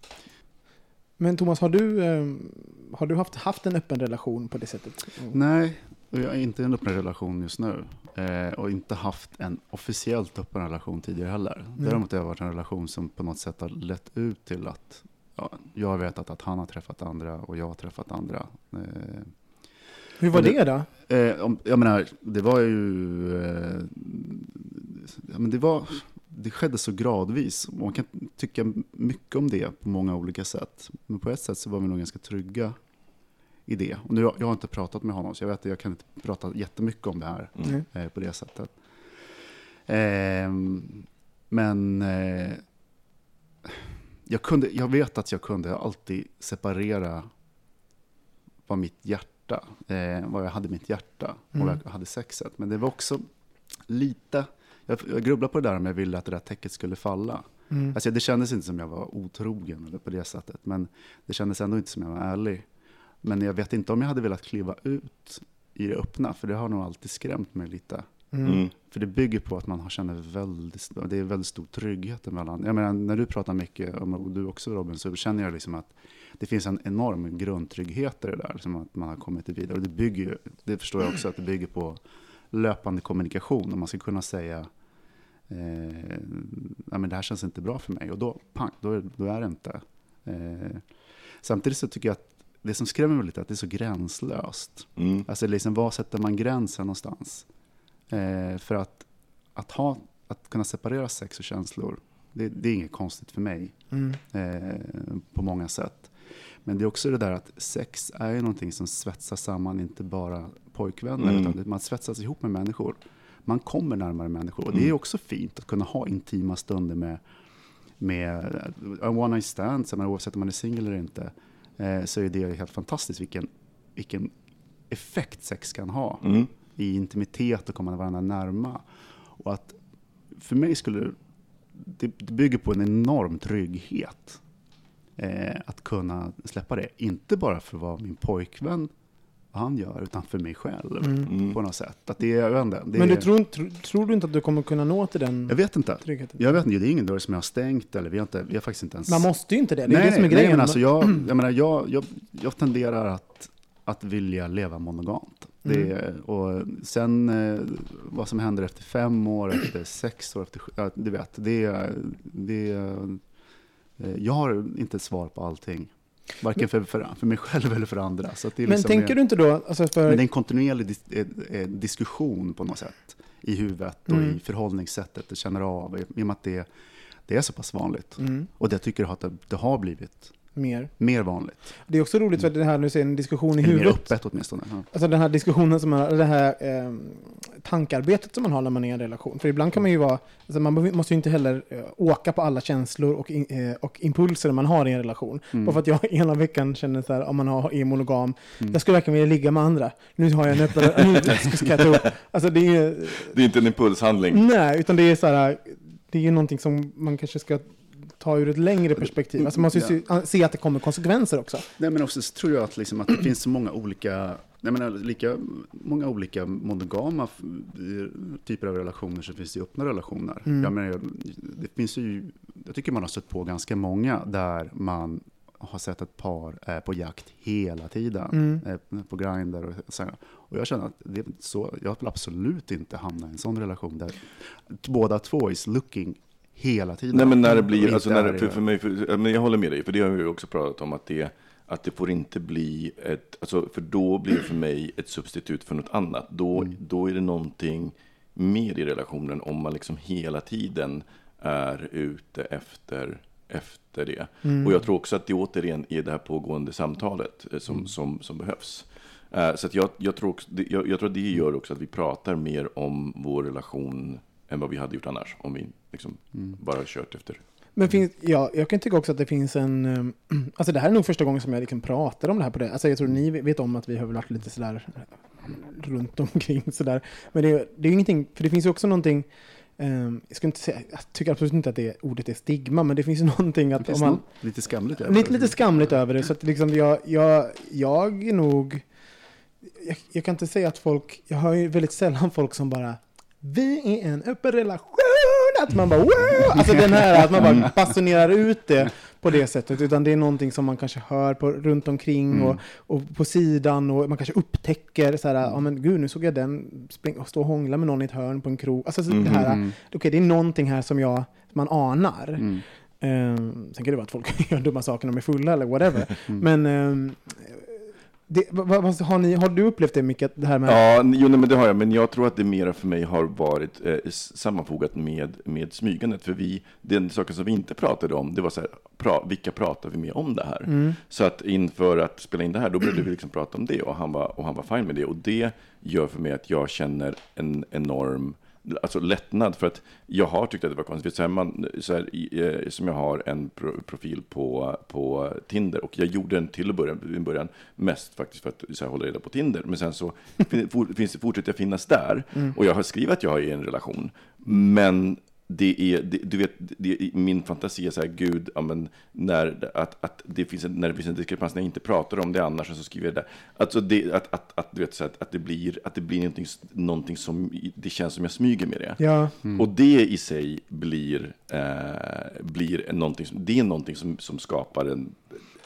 Men Thomas, har du, eh, har du haft, haft en öppen relation på det sättet? Mm. Nej, jag har inte en öppen relation just nu. Eh, och inte haft en officiellt öppen relation tidigare heller. Mm. Däremot har det varit en relation som på något sätt har lett ut till att ja, jag har vetat att han har träffat andra och jag har träffat andra. Eh, Hur var det, det då? Eh, om, jag menar, det var ju... Eh, ja, men det var... Det skedde så gradvis. Man kan tycka mycket om det på många olika sätt. Men på ett sätt så var vi nog ganska trygga i det. Och nu, jag har inte pratat med honom, så jag vet att jag kan inte prata jättemycket om det här mm. eh, på det sättet. Eh, men eh, jag, kunde, jag vet att jag kunde alltid separera vad mitt hjärta, eh, vad jag hade i mitt hjärta och mm. vad jag hade sexet. Men det var också lite... Jag, jag grubblade på det där om jag ville att det där täcket skulle falla. Mm. Alltså, det kändes inte som jag var otrogen eller på det sättet. Men det kändes ändå inte som jag var ärlig. Men jag vet inte om jag hade velat kliva ut i det öppna. För det har nog alltid skrämt mig lite. Mm. För det bygger på att man känner väldigt, det är väldigt stor trygghet emellan. Jag menar, när du pratar mycket, och du också Robin, så känner jag liksom att det finns en enorm grundtrygghet i det där, som att man har kommit vidare. Och det bygger ju, det förstår jag också, att det bygger på löpande kommunikation. Om man ska kunna säga eh, ja, men det här känns inte bra för mig. Och då, pang, då, är, då är det inte. Eh, samtidigt så tycker jag att det som skrämmer mig lite är att det är så gränslöst. Mm. Alltså liksom, var sätter man gränsen någonstans? Eh, för att, att, ha, att kunna separera sex och känslor, det, det är inget konstigt för mig. Mm. Eh, på många sätt. Men det är också det där att sex är ju någonting som svetsar samman inte bara pojkvänner, Mm. utan man svetsas ihop med människor. Man kommer närmare människor. Och det är också fint att kunna ha intima stunder med, med en one night stand, så oavsett om man är singel eller inte, eh, så är det helt fantastiskt vilken, vilken effekt sex kan ha Mm. i intimitet och komma varandra närma. Och att för mig skulle det, det bygger på en enorm trygghet eh, att kunna släppa det. Inte bara för vad min pojkvän han gör, utan för mig själv Mm. på något sätt. Att det är, jag vet inte, det Men du är, tror, tro, tror du inte att du kommer kunna nå till den jag vet inte. tryggheten? Jag vet inte, det är ingen dörr som jag har stängt, eller vi har, inte, vi har faktiskt inte ens... Man måste ju inte det, det är nej, det som är nej, grejen. men alltså jag, jag, menar, jag, jag, jag tenderar att, att vilja leva monogamt. Det är, och sen eh, vad som händer efter fem år, efter sex år, efter sju, ja, du vet, det är, det är, eh, jag har inte ett svar på allting. Varken för, för, för mig själv eller för andra. Så att det är Men liksom tänker mer, du inte då... Alltså för... men det är en kontinuerlig dis, eh, eh, diskussion på något sätt. I huvudet och Mm. i förhållningssättet det känner av. I och med att det, det är så pass vanligt. Mm. Och det tycker jag att det, det har blivit Mer. mer vanligt. Det är också roligt för att det här nu ser en diskussion i Eller mer huvudet. öppet åtminstone. Ja. Alltså den här diskussionen som man, det här eh, tankarbetet som man har när man är i en relation. För ibland kan man ju vara, alltså man måste ju inte heller eh, åka på alla känslor och, in, eh, och impulser man har i en relation. Mm. Bara för att jag ena veckan känner så här, om man har, är monogam, Mm. jag skulle verkligen vilja ligga med andra. Nu har jag en öppen, nu ska jag ta upp. Alltså det är ju, Det är inte en impulshandling. nej, utan det är så här, det är ju någonting som man kanske ska ta ur ett längre perspektiv. Alltså man måste ju se, se att det kommer konsekvenser också. Nej, men också så tror jag att, liksom, att det finns så många olika, jag menar, lika många olika monogama f- typer av relationer, så finns det öppna relationer. Mm. Jag menar, det finns ju, jag tycker man har stött på ganska många där man har sett ett par är på jakt hela tiden. Mm. Eh, på Grindr och så. Och jag känner att det är så, jag vill absolut inte hamna i en sån relation där båda två is looking hela tiden. Nej, men när det Och blir, inte alltså när är det, för, det- för mig, för, men jag håller med dig, för det har vi ju också pratat om, att det, att det får inte bli ett, alltså, för då blir det för mig ett substitut för något annat. Då, Mm. då är det någonting mer i relationen om man liksom hela tiden är ute efter, efter det. Mm. Och jag tror också att det återigen är det här pågående samtalet eh, som, Mm. som, som behövs. Eh, så att jag, jag, tror också, det- jag, jag tror att det gör också att vi pratar mer om vår relation än vad vi hade gjort annars, om vi liksom Mm. bara kört efter. Men finns, ja, jag kan tycka också att det finns en... um, Alltså det här är nog första gången som jag liksom pratar om det här på det. Alltså jag tror ni vet om att vi har väl varit lite sådär runt omkring sådär. Men det, är- det är ju ingenting, för det finns ju också någonting... Um, jag ska inte säga, jag tycker absolut inte att det ordet är stigma, men det finns ju någonting Det att finns om man... något lite skamligt över Lite, det. lite skamligt över det, så att liksom jag, jag, jag är nog... Jag, jag kan inte säga att folk... Jag hör ju väldigt sällan folk som bara... Vi är en öppen relation! Att man bara... Wow! Alltså den här, att man bara basunerar ut det på det sättet. Utan det är någonting som man kanske hör på, runt omkring Mm. och, och på sidan. Och man kanske upptäcker så här... Ja men gud, nu såg jag den spring, och stå och hångla med någon i ett hörn på en krog. Alltså så det här... Mm. Okej, det är någonting här som jag... Man anar. Mm. Um, sen kan det vara att folk gör dumma saker när de är fulla eller whatever. Mm. Men um, det, vad, vad, har, ni, har du upplevt det mycket? Det här med... Ja, jo, nej, men det har jag. Men jag tror att det mera för mig har varit eh, sammanfogat med, med smygandet. För vi, den saken som vi inte pratade om, det var så här, pra, vilka pratar vi med om det här? Mm. Så att inför att spela in det här, då började vi liksom prata om det. Och han var, och han var fine med det. Och det gör för mig att jag känner en enorm... Alltså lättnad, för att jag har tyckt att det var konstigt. Så här, man, så här, i, eh, som jag har en pro, profil på, på Tinder, och jag gjorde den till att början, i början mest faktiskt för att så här, hålla reda på Tinder. Men sen så fin, for, finns det, fortsätter jag finnas där, Mm. och jag har skrivit att jag är i en relation. Men det är, det, du vet, det, min fantasi är så här, gud, ja, men när, att, att det finns en, när det finns en diskrepans när jag inte pratar om det annars, så skriver jag det. Alltså det, att, att, att, du vet, så att, att det blir, att det blir någonting, någonting som, det känns som jag smyger med det. Ja. Mm. Och det i sig blir, eh, blir någonting som, det är någonting som, som skapar en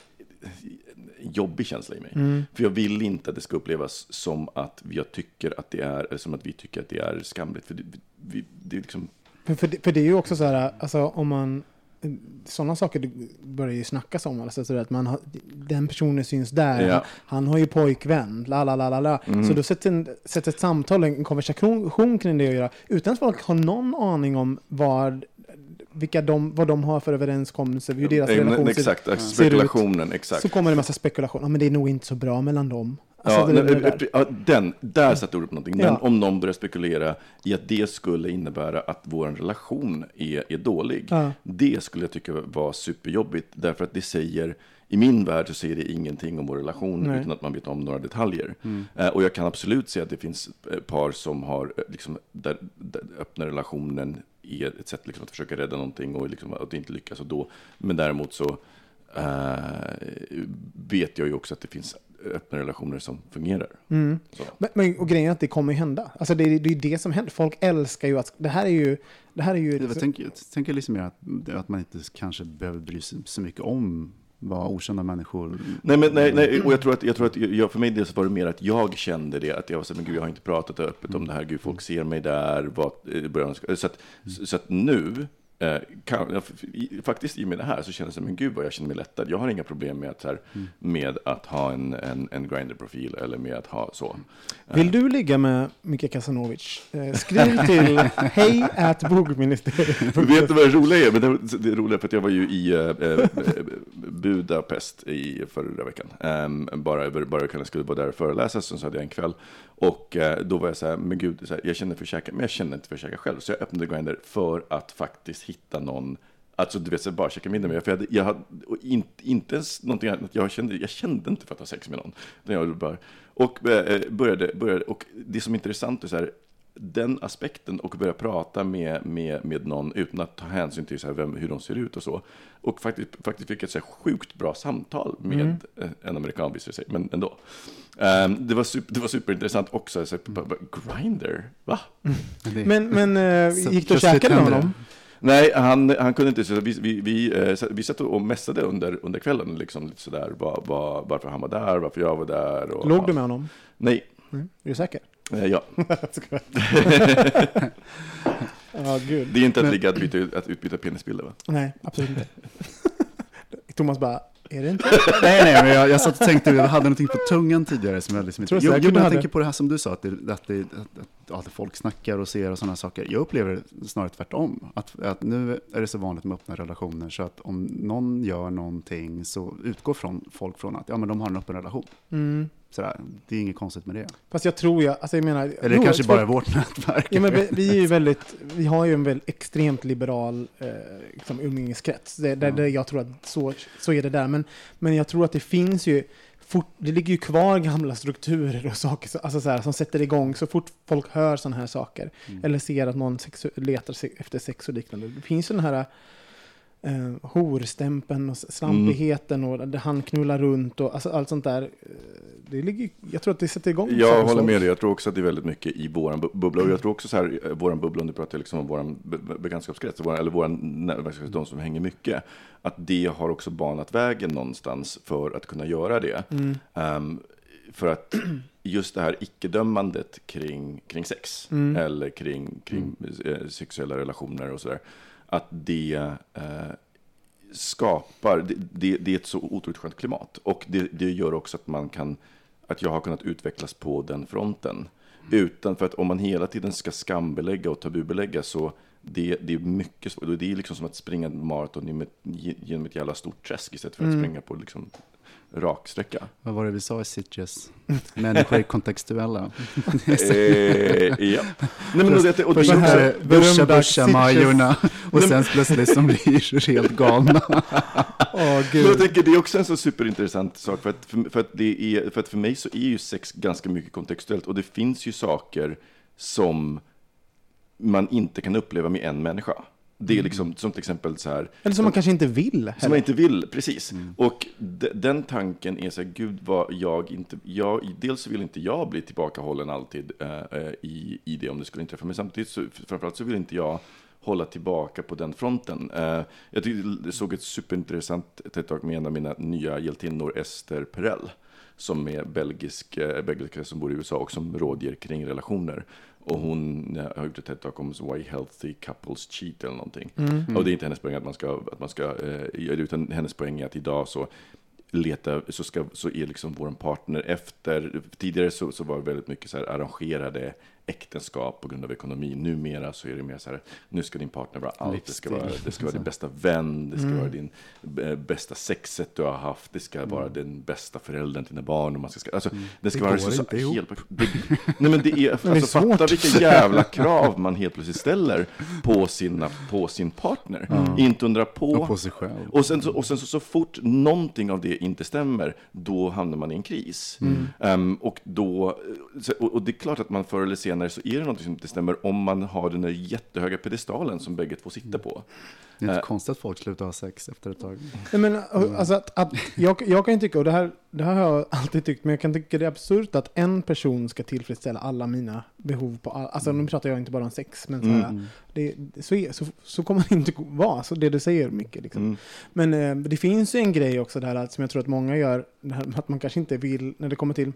jobbig känsla i mig. Mm. För jag vill inte att det ska upplevas som att jag tycker att det är, eller som att vi tycker att det är skamligt. För det, vi, det är liksom... För, för, det, för det är ju också så här, alltså om man, sådana saker börjar ju snackas om, alltså så att man har, den personen syns där, ja. han har ju pojkvän, la la la la la. Mm. Så då sätter, en, sätter ett samtal, en konversation kring det att göra, utan att folk har någon aning om vad vilka de, vad de har för överenskommelser, hur deras ja, relation exakt, ser, spekulationen, ser ut. Exakt. Så kommer det en massa spekulation. Ja, men det är nog inte så bra mellan dem. Alltså, ja, det, det där. Ja, den, där satt ordet på någonting. Ja. Den, om någon börjar spekulera i att det skulle innebära att vår relation är, är dålig. Ja. Det skulle jag tycka var superjobbigt. Därför att det säger, i min värld så säger det ingenting om vår relation. Nej. Utan att man vet om några detaljer. Mm. Uh, och jag kan absolut säga att det finns par som har, liksom, där, där öppna relationen är ett sätt liksom, att försöka rädda någonting och liksom, att det inte lyckas. Och då, men däremot så uh, vet jag ju också att det finns öppna relationer som fungerar. Mm. Men, men, och grejen är att det kommer ju hända. Alltså det, det är ju det som händer. Folk älskar ju att det här är ju... Det här är ju jag tänker, tänker liksom mer att, att man inte kanske behöver bry sig så mycket om vad okända människor... Nej, men, nej, nej, och jag tror att, jag tror att jag, för mig det var det mer att jag kände det, att jag var så, men gud, jag har inte pratat öppet om det här, gud, folk ser mig där, vad, så, att, så att nu eh, kan, jag, faktiskt i och med det här så känner jag, men gud vad jag känner mig lättad. Jag har inga problem med att, här, mm. med att ha en, en, en Grindr-profil eller med att ha så. Vill du ligga med Mika Kasanovic? Eh, skriv till hej at bogministeriet. Vet du vad det roliga är? Men det, det är roligt för att jag var ju i eh, Budapest i förra veckan. Um, bara bara jag skulle vara där och föreläsa, så hade jag en kväll. Och uh, då var jag så här, men gud, så här, jag känner för att käka, men jag känner inte för att käka själv. Så jag öppnade Grindr för att faktiskt hitta någon, alltså du vet, så bara käka middag med. För jag hade, jag hade inte, inte ens någonting annat. Jag kände, jag kände inte för att ha sex med någon. Jag bara, och uh, började, började, och det som är intressant är så här, den aspekten, och börja prata med, med, med någon utan att ta hänsyn till så här, vem, hur de ser ut och så. Och faktiskt, faktiskt fick ett så här sjukt bra samtal med mm. en amerikan, visade sig, men ändå. Um, det, var super, det var superintressant också. Så, Grindr, va? Mm. Men, men uh, gick du och käkade med honom? Nej, han, han kunde inte. Så vi, vi, vi, vi satt och mässade under, under kvällen. Liksom, lite sådär, var, var, varför han var där, varför jag var där. Och, låg du med honom? Nej. Mm. Är du säker? Ja. oh, Gud. Det är inte att ligga att, byta, att utbyta penisbilder, va? Nej, absolut inte. Thomas bara, är det inte? nej, nej, men jag, jag satt och tänkte, jag hade någonting på tungan tidigare som jag liksom inte... Jo, jo, men jag tänker på det här som du sa, att, det, att, det, att, att, att folk snackar och ser och sådana saker. Jag upplever snarare tvärtom. Att, att nu är det så vanligt med öppna relationer, så att om någon gör någonting så utgår från folk från att ja, men de har en öppen relation. Mm. Sådär. Det är inget konstigt med det. Fast jag tror jag, alltså jag menar... Eller det kanske bara är vårt nätverk. Ja, men vi, vi är ju väldigt, vi har ju en väldigt extremt liberal eh, liksom, umgängeskrets. Det, där, ja. där jag tror att så, så är det där. Men, men jag tror att det finns ju, fort, det ligger ju kvar gamla strukturer och saker alltså så här, som sätter igång så fort folk hör sådana här saker. Mm. Eller ser att någon sexu- letar efter sex och liknande. Det finns ju den här... Uh, horstämpen och slampigheten mm. och han knullar runt och alltså, allt sånt där. Det ligger, jag tror att det sätter igång. Jag håller med dig. Jag tror också att det är väldigt mycket i våran bubbla. Och jag tror också så här, våran bubbla, om du pratar liksom om våran bekantskapskrets, våran, eller våran, de som hänger mycket, att det har också banat vägen någonstans för att kunna göra det. Mm. Um, för att just det här icke-dömandet kring, kring sex mm. eller kring, kring mm. sexuella relationer och sådär, att det eh, skapar, det, det, det är ett så otroligt skönt klimat. Och det, det gör också att man kan, att jag har kunnat utvecklas på den fronten. Utan för att om man hela tiden ska skambelägga och tabubelägga, så det, det är mycket svårt. Det är liksom som att springa maraton genom ett jävla stort träsk istället för att mm. springa på liksom raksträcka. Vad var det vi sa i Sitges? Människor är kontextuella. eh, ja. Nej, men det, och först här duscha, duscha Majorna och sen plötsligt som blir helt galna. oh, men jag tänker, det är också en så superintressant sak, för att för, för att det är för att för mig så är ju sex ganska mycket kontextuellt, och det finns ju saker som man inte kan uppleva med en människa. Det är liksom som till exempel så här. Eller som man kanske inte vill. Som heller. man inte vill, precis. Mm. Och de, den tanken är så här, gud vad jag inte, jag, dels vill inte jag bli tillbakahållen alltid äh, i, i det om det skulle inträffa. Men samtidigt så, framförallt så vill inte jag hålla tillbaka på den fronten. Uh, jag, tyckte, jag såg ett superintressant TED-talk med en av mina nya hjältinnor, Esther Perel, som är belgisk, äh, belgisk som bor i U S A och som rådger kring relationer. Och hon ja, har gjort ett TED-talk om Why Healthy Couples Cheat eller någonting. Mm. Och det är inte hennes poäng att man ska, att man ska eh, utan hennes poäng är att idag så leta, så, ska, så är liksom vår partner efter, tidigare så, så var det väldigt mycket så här arrangerade äktenskap på grund av ekonomi. Numera så är det mer så här, nu ska din partner vara allt. Det ska vara, det ska vara din bästa vän, det ska mm. vara din b- bästa sexet du har haft, det ska mm. vara den bästa föräldern till dina barn. Och man ska, alltså, mm. det ska det vara så, så helt... Det, nej men det är, alltså, det är fatta vilka jävla krav man helt plötsligt ställer på, sina, på sin partner. Mm. Inte undra på. Och på sig själv. Och sen, så, och sen så, så fort någonting av det inte stämmer, då hamnar man i en kris. Mm. Um, och, då, och, och det är klart att man förr eller senare så är det något som inte stämmer om man har den där jättehöga pedestalen som bägge två sitter på. Det är inte uh, konstigt att folk slutar ha sex efter ett tag. Nej, men, alltså, att, att, jag, jag kan ju tycka, och det här, det här har jag alltid tyckt, men jag kan tycka det är absurt att en person ska tillfredsställa alla mina behov på all, alltså mm. nu pratar jag inte bara om sex, men så, här, mm. det, så, är, så, så kommer det inte vara, så det du säger mycket liksom. Mm. Men eh, det finns ju en grej också där att, som jag tror att många gör, att man kanske inte vill, när det kommer till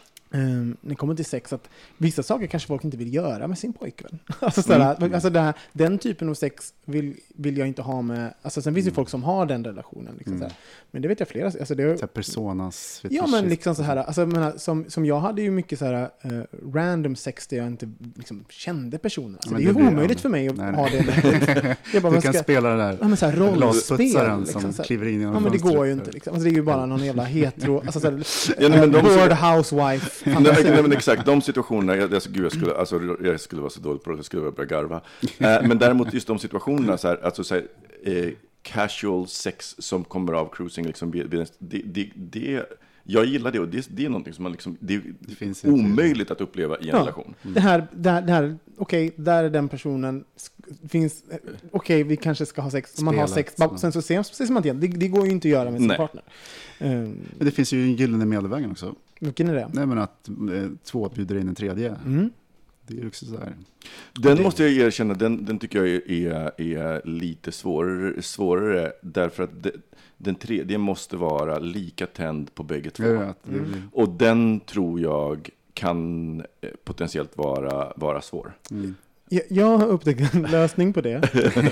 Um, när det kommer till sex, att vissa saker kanske folk inte vill göra med sin pojkvän. Alltså, sådär, mm. alltså det här, den typen av sex vill, vill jag inte ha med, alltså sen finns det mm. folk som har den relationen liksom, mm. men det vet jag flera alltså det är, personas ja men liksom så här, alltså, menar, som, som jag hade ju mycket så här uh, random sex där jag inte liksom, kände personen, alltså, det är ju det omöjligt för mig att nej, ha det. Jag bara, du ska, kan spela det där, ja, men så här, rollspel liksom, som så här, kliver in i ja men det går ju inte liksom. Alltså, det är ju bara någon jävla hetero, alltså så här, ja, nej, men de bored housewife. Nej, nej, men exakt, de situationerna, jag, alltså, gud, jag, skulle, alltså, jag skulle vara så dålig på det, jag skulle börja garva. Eh, men däremot just de situationerna, så här, alltså, så här, eh, casual sex som kommer av cruising, liksom, det, det, det, jag gillar det och det, det är någonting som man liksom, det, det finns omöjligt att uppleva i en ja, relation. Mm. Det här, det här, det här okej, okay, där är den personen, finns, okej, okay, vi kanske ska ha sex, man har sex, så. Sen så ses man igen, det, det går ju inte att göra med sin Nej. partner. Um, men det finns ju en gyllene medelvägen också. Vilken är det? Nej, men att eh, två bjuder in en tredje. Mm. Det är också så här. Den det... måste jag erkänna, den, den tycker jag är, är, är lite svårare, svårare därför att det, den tredje måste vara lika tänd på bägge två. Mm. Och den tror jag kan potentiellt vara, vara svår. Mm. Jag, jag har upptäckt en lösning på det.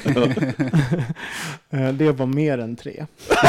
Det var mer än tre.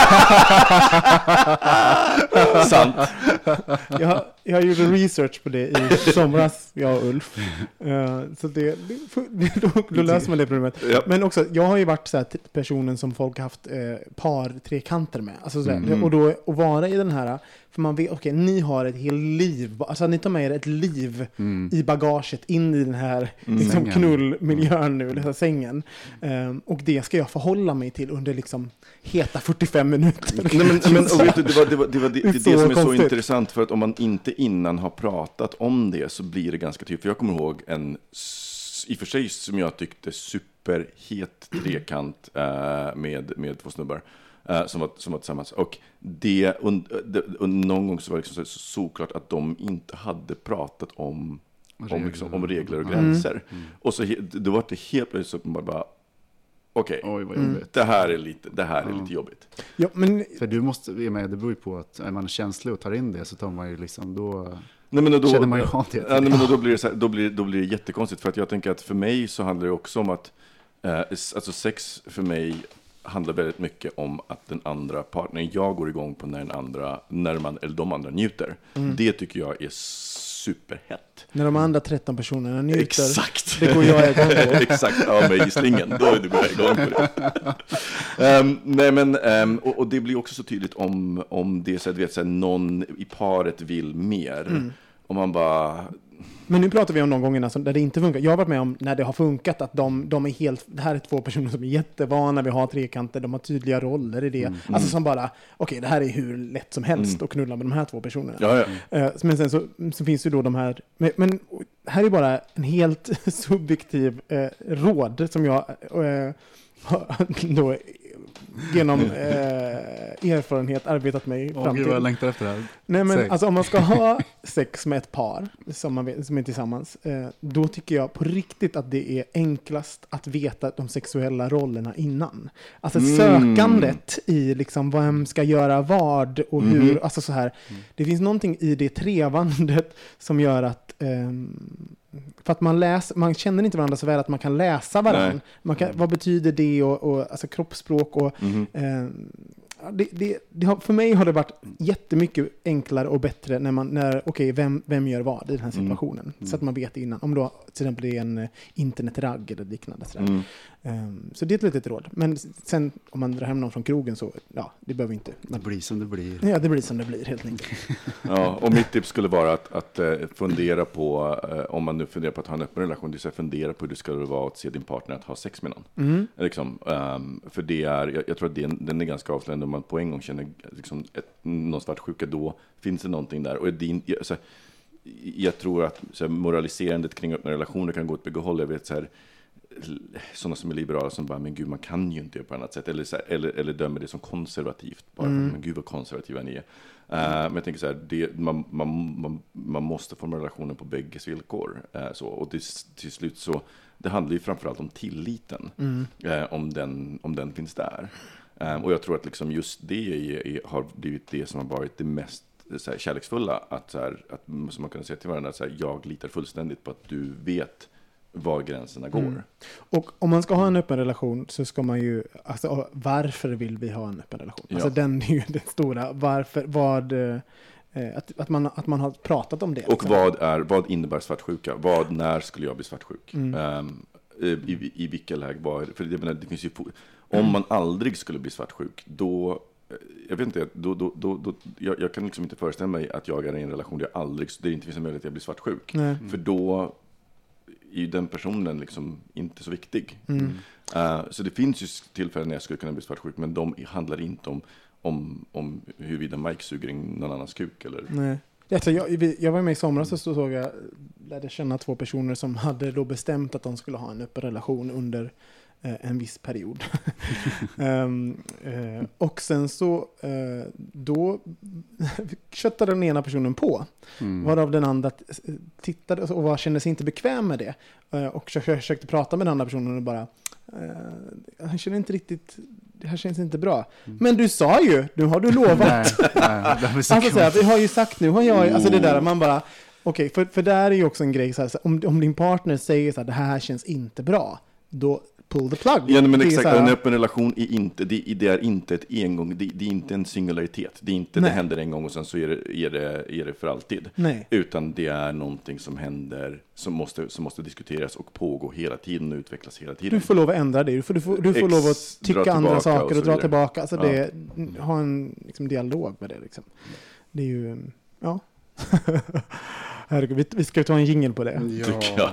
Sant. Jag, jag gjorde research på det i somras, jag och Ulf. Uh, så det, det, då, då löser man det problemet. Yep. Men också, jag har ju varit så här, personen som folk har haft eh, par, tre kanter med. Alltså, så här, mm. Och då att vara i den här, för man vet, okej, okay, ni har ett helt liv. Alltså ni tar med er ett liv mm. i bagaget in i den här mm. liksom, knullmiljön nu, den här sängen. Um, och det ska jag förhålla mig till under liksom heta fyrtiofem minuter. Nej, men, men, och vet du, det var det, var, det, var det, det, det, det som är så intressant, för att om man inte innan har pratat om det så blir det ganska tydligt. För jag kommer ihåg en, i och för sig som jag tyckte superhet trekant uh, med, med två snubbar. Uh, som, var, som var tillsammans. Och, det, och, det, och någon gång så var det liksom så såklart att de inte hade pratat om regler, om, liksom, om regler och gränser. Mm. Mm. Och så då var det helt plötsligt så man bara okej, okay, mm. det här är lite, det här är ja. lite jobbigt. Ja, men... För du måste, det beror ju på att är man känslig och tar in det så tar man ju liksom då... Nej, men då, känner man ju av det. Ja, nej, men då, blir det så här, då, blir, då blir det jättekonstigt, för att jag tänker att för mig så handlar det också om att eh, alltså sex för mig handlar väldigt mycket om att den andra partnern, jag går igång på när den andra, när man, eller de andra njuter. Mm. Det tycker jag är superhett. När de andra tretton personerna njuter. Exakt. Det går jag igång på. Exakt, ja, med gissningen. Då är du bara igång på det. um, nej, men, um, och, och det blir också så tydligt om, om det så att, vet, så här, någon i paret vill mer. Mm. Om man bara, Men nu pratar vi om de gångerna som, där det inte funkar. Jag har varit med om när det har funkat att de, de är helt, det här är två personer som är jättevana, vi har trekanter, de har tydliga roller i det. Mm. Alltså som bara, okej okay, det här är hur lätt som helst mm. att knulla med de här två personerna. Ja, ja. Uh, men sen så, så finns ju då de här, men, men här är bara en helt subjektiv uh, råd som jag uh, då genom eh, erfarenhet arbetat mig Åh, fram till. Gud, jag längtar efter det här. Nej, men Sex. alltså om man ska ha sex med ett par som, man vet, som är tillsammans, eh, då tycker jag på riktigt att det är enklast att veta de sexuella rollerna innan. Alltså mm. sökandet i liksom vem ska göra vad och hur, mm. alltså så här. Mm. Det finns någonting i det trevandet som gör att eh, för att man läser, man känner inte varandra så väl att man kan läsa varandra. Man kan, vad betyder det och, och alltså kroppsspråk och mm. eh, det, det, det har, för mig har det varit jättemycket enklare och bättre när man, när, okej, okay, vem, vem gör vad i den här situationen? Mm. Mm. Så att man vet innan. Om då till exempel det är en internetragg eller liknande. Sådär. Mm. Um, så det är ett litet råd. Men sen om man drar hem någon från krogen så, ja, det behöver inte. Det blir som det blir. Ja, det blir som det blir helt enkelt. Ja, och mitt tips skulle vara att, att uh, fundera på, uh, om man nu funderar på att ha en öppen relation, det är att fundera på hur det skulle vara att se din partner att ha sex med någon. Mm. Liksom, um, för det är, jag, jag tror att det, den är ganska avslöjande om man på en gång känner liksom ett, någon svartsjuka, då finns det någonting där. Och din, jag, så, jag tror att så här, moraliserandet kring öppna relationer kan gå åt bägge håll. Jag vet så här, sådana som är liberala som bara, men gud, man kan ju inte göra på annat sätt, eller, så här, eller, eller dömer det som konservativt bara, mm. men gud vad konservativa ni är. Uh, men jag tänker så här, det, man, man, man, man måste forma relationen på bägges villkor, uh, så, och det, till slut så, det handlar ju framförallt om tilliten, mm. uh, om, den, om den finns där. Um, och jag tror att liksom just det är, är, har blivit det som har varit det mest så här, kärleksfulla, att, så här, att som man kan säga till varandra, så här, jag litar fullständigt på att du vet var gränserna går. Mm. Och om man ska ha en öppen relation så ska man ju, alltså varför vill vi ha en öppen relation? Ja. Alltså den är ju den stora, varför, vad, eh, att, att, man, att man har pratat om det. Och liksom. vad, är, vad innebär svartsjuka? Vad, när skulle jag bli svartsjuk? Mm. Um, i, i, I vilka lägen? För det, menar, det finns ju, om man aldrig skulle bli svartsjuk, då jag vet inte, då, då, då, då, jag, jag kan liksom inte föreställa mig att jag är i en relation där jag aldrig, det inte finns en möjlighet att jag blir svartsjuk. Mm. För då är ju den personen liksom inte så viktig. Mm. Uh, så det finns ju tillfällen när jag skulle kunna bli svartsjuk, men de handlar inte om, om, om huruvida Mike suger in någon annans kuk. Eller... Nej. Alltså, jag, jag var med i somras och så såg jag, lärde känna två personer som hade då bestämt att de skulle ha en öppen relation under en viss period. um, uh, och sen så uh, då köttade den ena personen på, mm. varav den andra tittade och var, kände sig inte bekväm med det, uh, och försökte prata med den andra personen och bara uh, han känner inte riktigt, det här känns inte bra. Mm. Men du sa ju, nu har du lovat. nej, nej, det alltså så här, vi har ju sagt nu, har jag, alltså det där man bara okej, okay, för, för där är ju också en grej så här, så om, om din partner säger så här, det här känns inte bra, då pull the plug. Ja, men exakt, en öppen relation är inte, det, det är inte ett engång, det, det är inte en singularitet. Det är inte, nej. Det händer en gång och sen så är det, är det, är det för alltid. Nej. Utan det är någonting som händer, som måste, som måste diskuteras och pågå hela tiden och utvecklas hela tiden. Du får lov att ändra det. Du får, du får, du får Ex, lov att tycka andra saker och, och dra tillbaka. Alltså ja. det, ha en liksom, dialog med det. Liksom. Det är ju, ja. Herregud, vi, vi ska ta en jingle på det. Ja.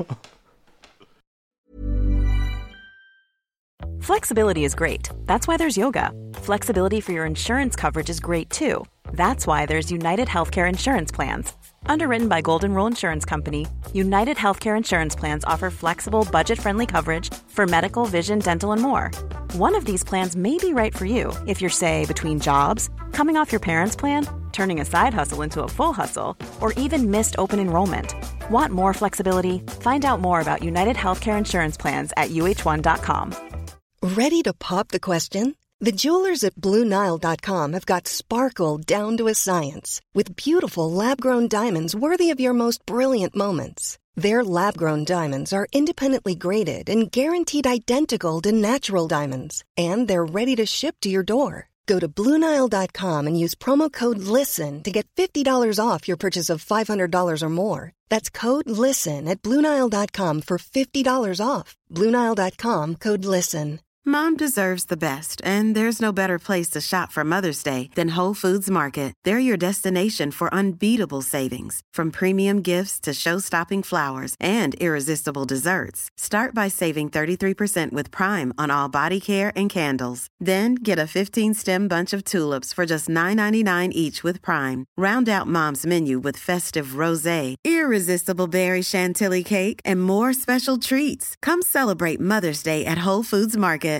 Flexibility is great. That's why there's yoga. Flexibility for your insurance coverage is great too. That's why there's United Healthcare Insurance Plans. Underwritten by Golden Rule Insurance Company, United Healthcare Insurance Plans offer flexible, budget-friendly coverage for medical, vision, dental, and more. One of these plans may be right for you if you're, say, between jobs, coming off your parents' plan, turning a side hustle into a full hustle, or even missed open enrollment. Want more flexibility? Find out more about United Healthcare Insurance Plans at U H one dot com. Ready to pop the question? The jewelers at Blue Nile dot com have got sparkle down to a science with beautiful lab-grown diamonds worthy of your most brilliant moments. Their lab-grown diamonds are independently graded and guaranteed identical to natural diamonds, and they're ready to ship to your door. Go to Blue Nile dot com and use promo code LISTEN to get fifty dollars off your purchase of five hundred dollars or more. That's code LISTEN at Blue Nile dot com for fifty dollars off. Blue Nile dot com, code LISTEN. Mom deserves the best, and there's no better place to shop for Mother's Day than Whole Foods Market. They're your destination for unbeatable savings, from premium gifts to show-stopping flowers and irresistible desserts. Start by saving thirty-three percent with Prime on all body care and candles. Then get a fifteen-stem bunch of tulips for just nine ninety-nine each with Prime. Round out Mom's menu with festive rosé, irresistible berry chantilly cake, and more special treats. Come celebrate Mother's Day at Whole Foods Market.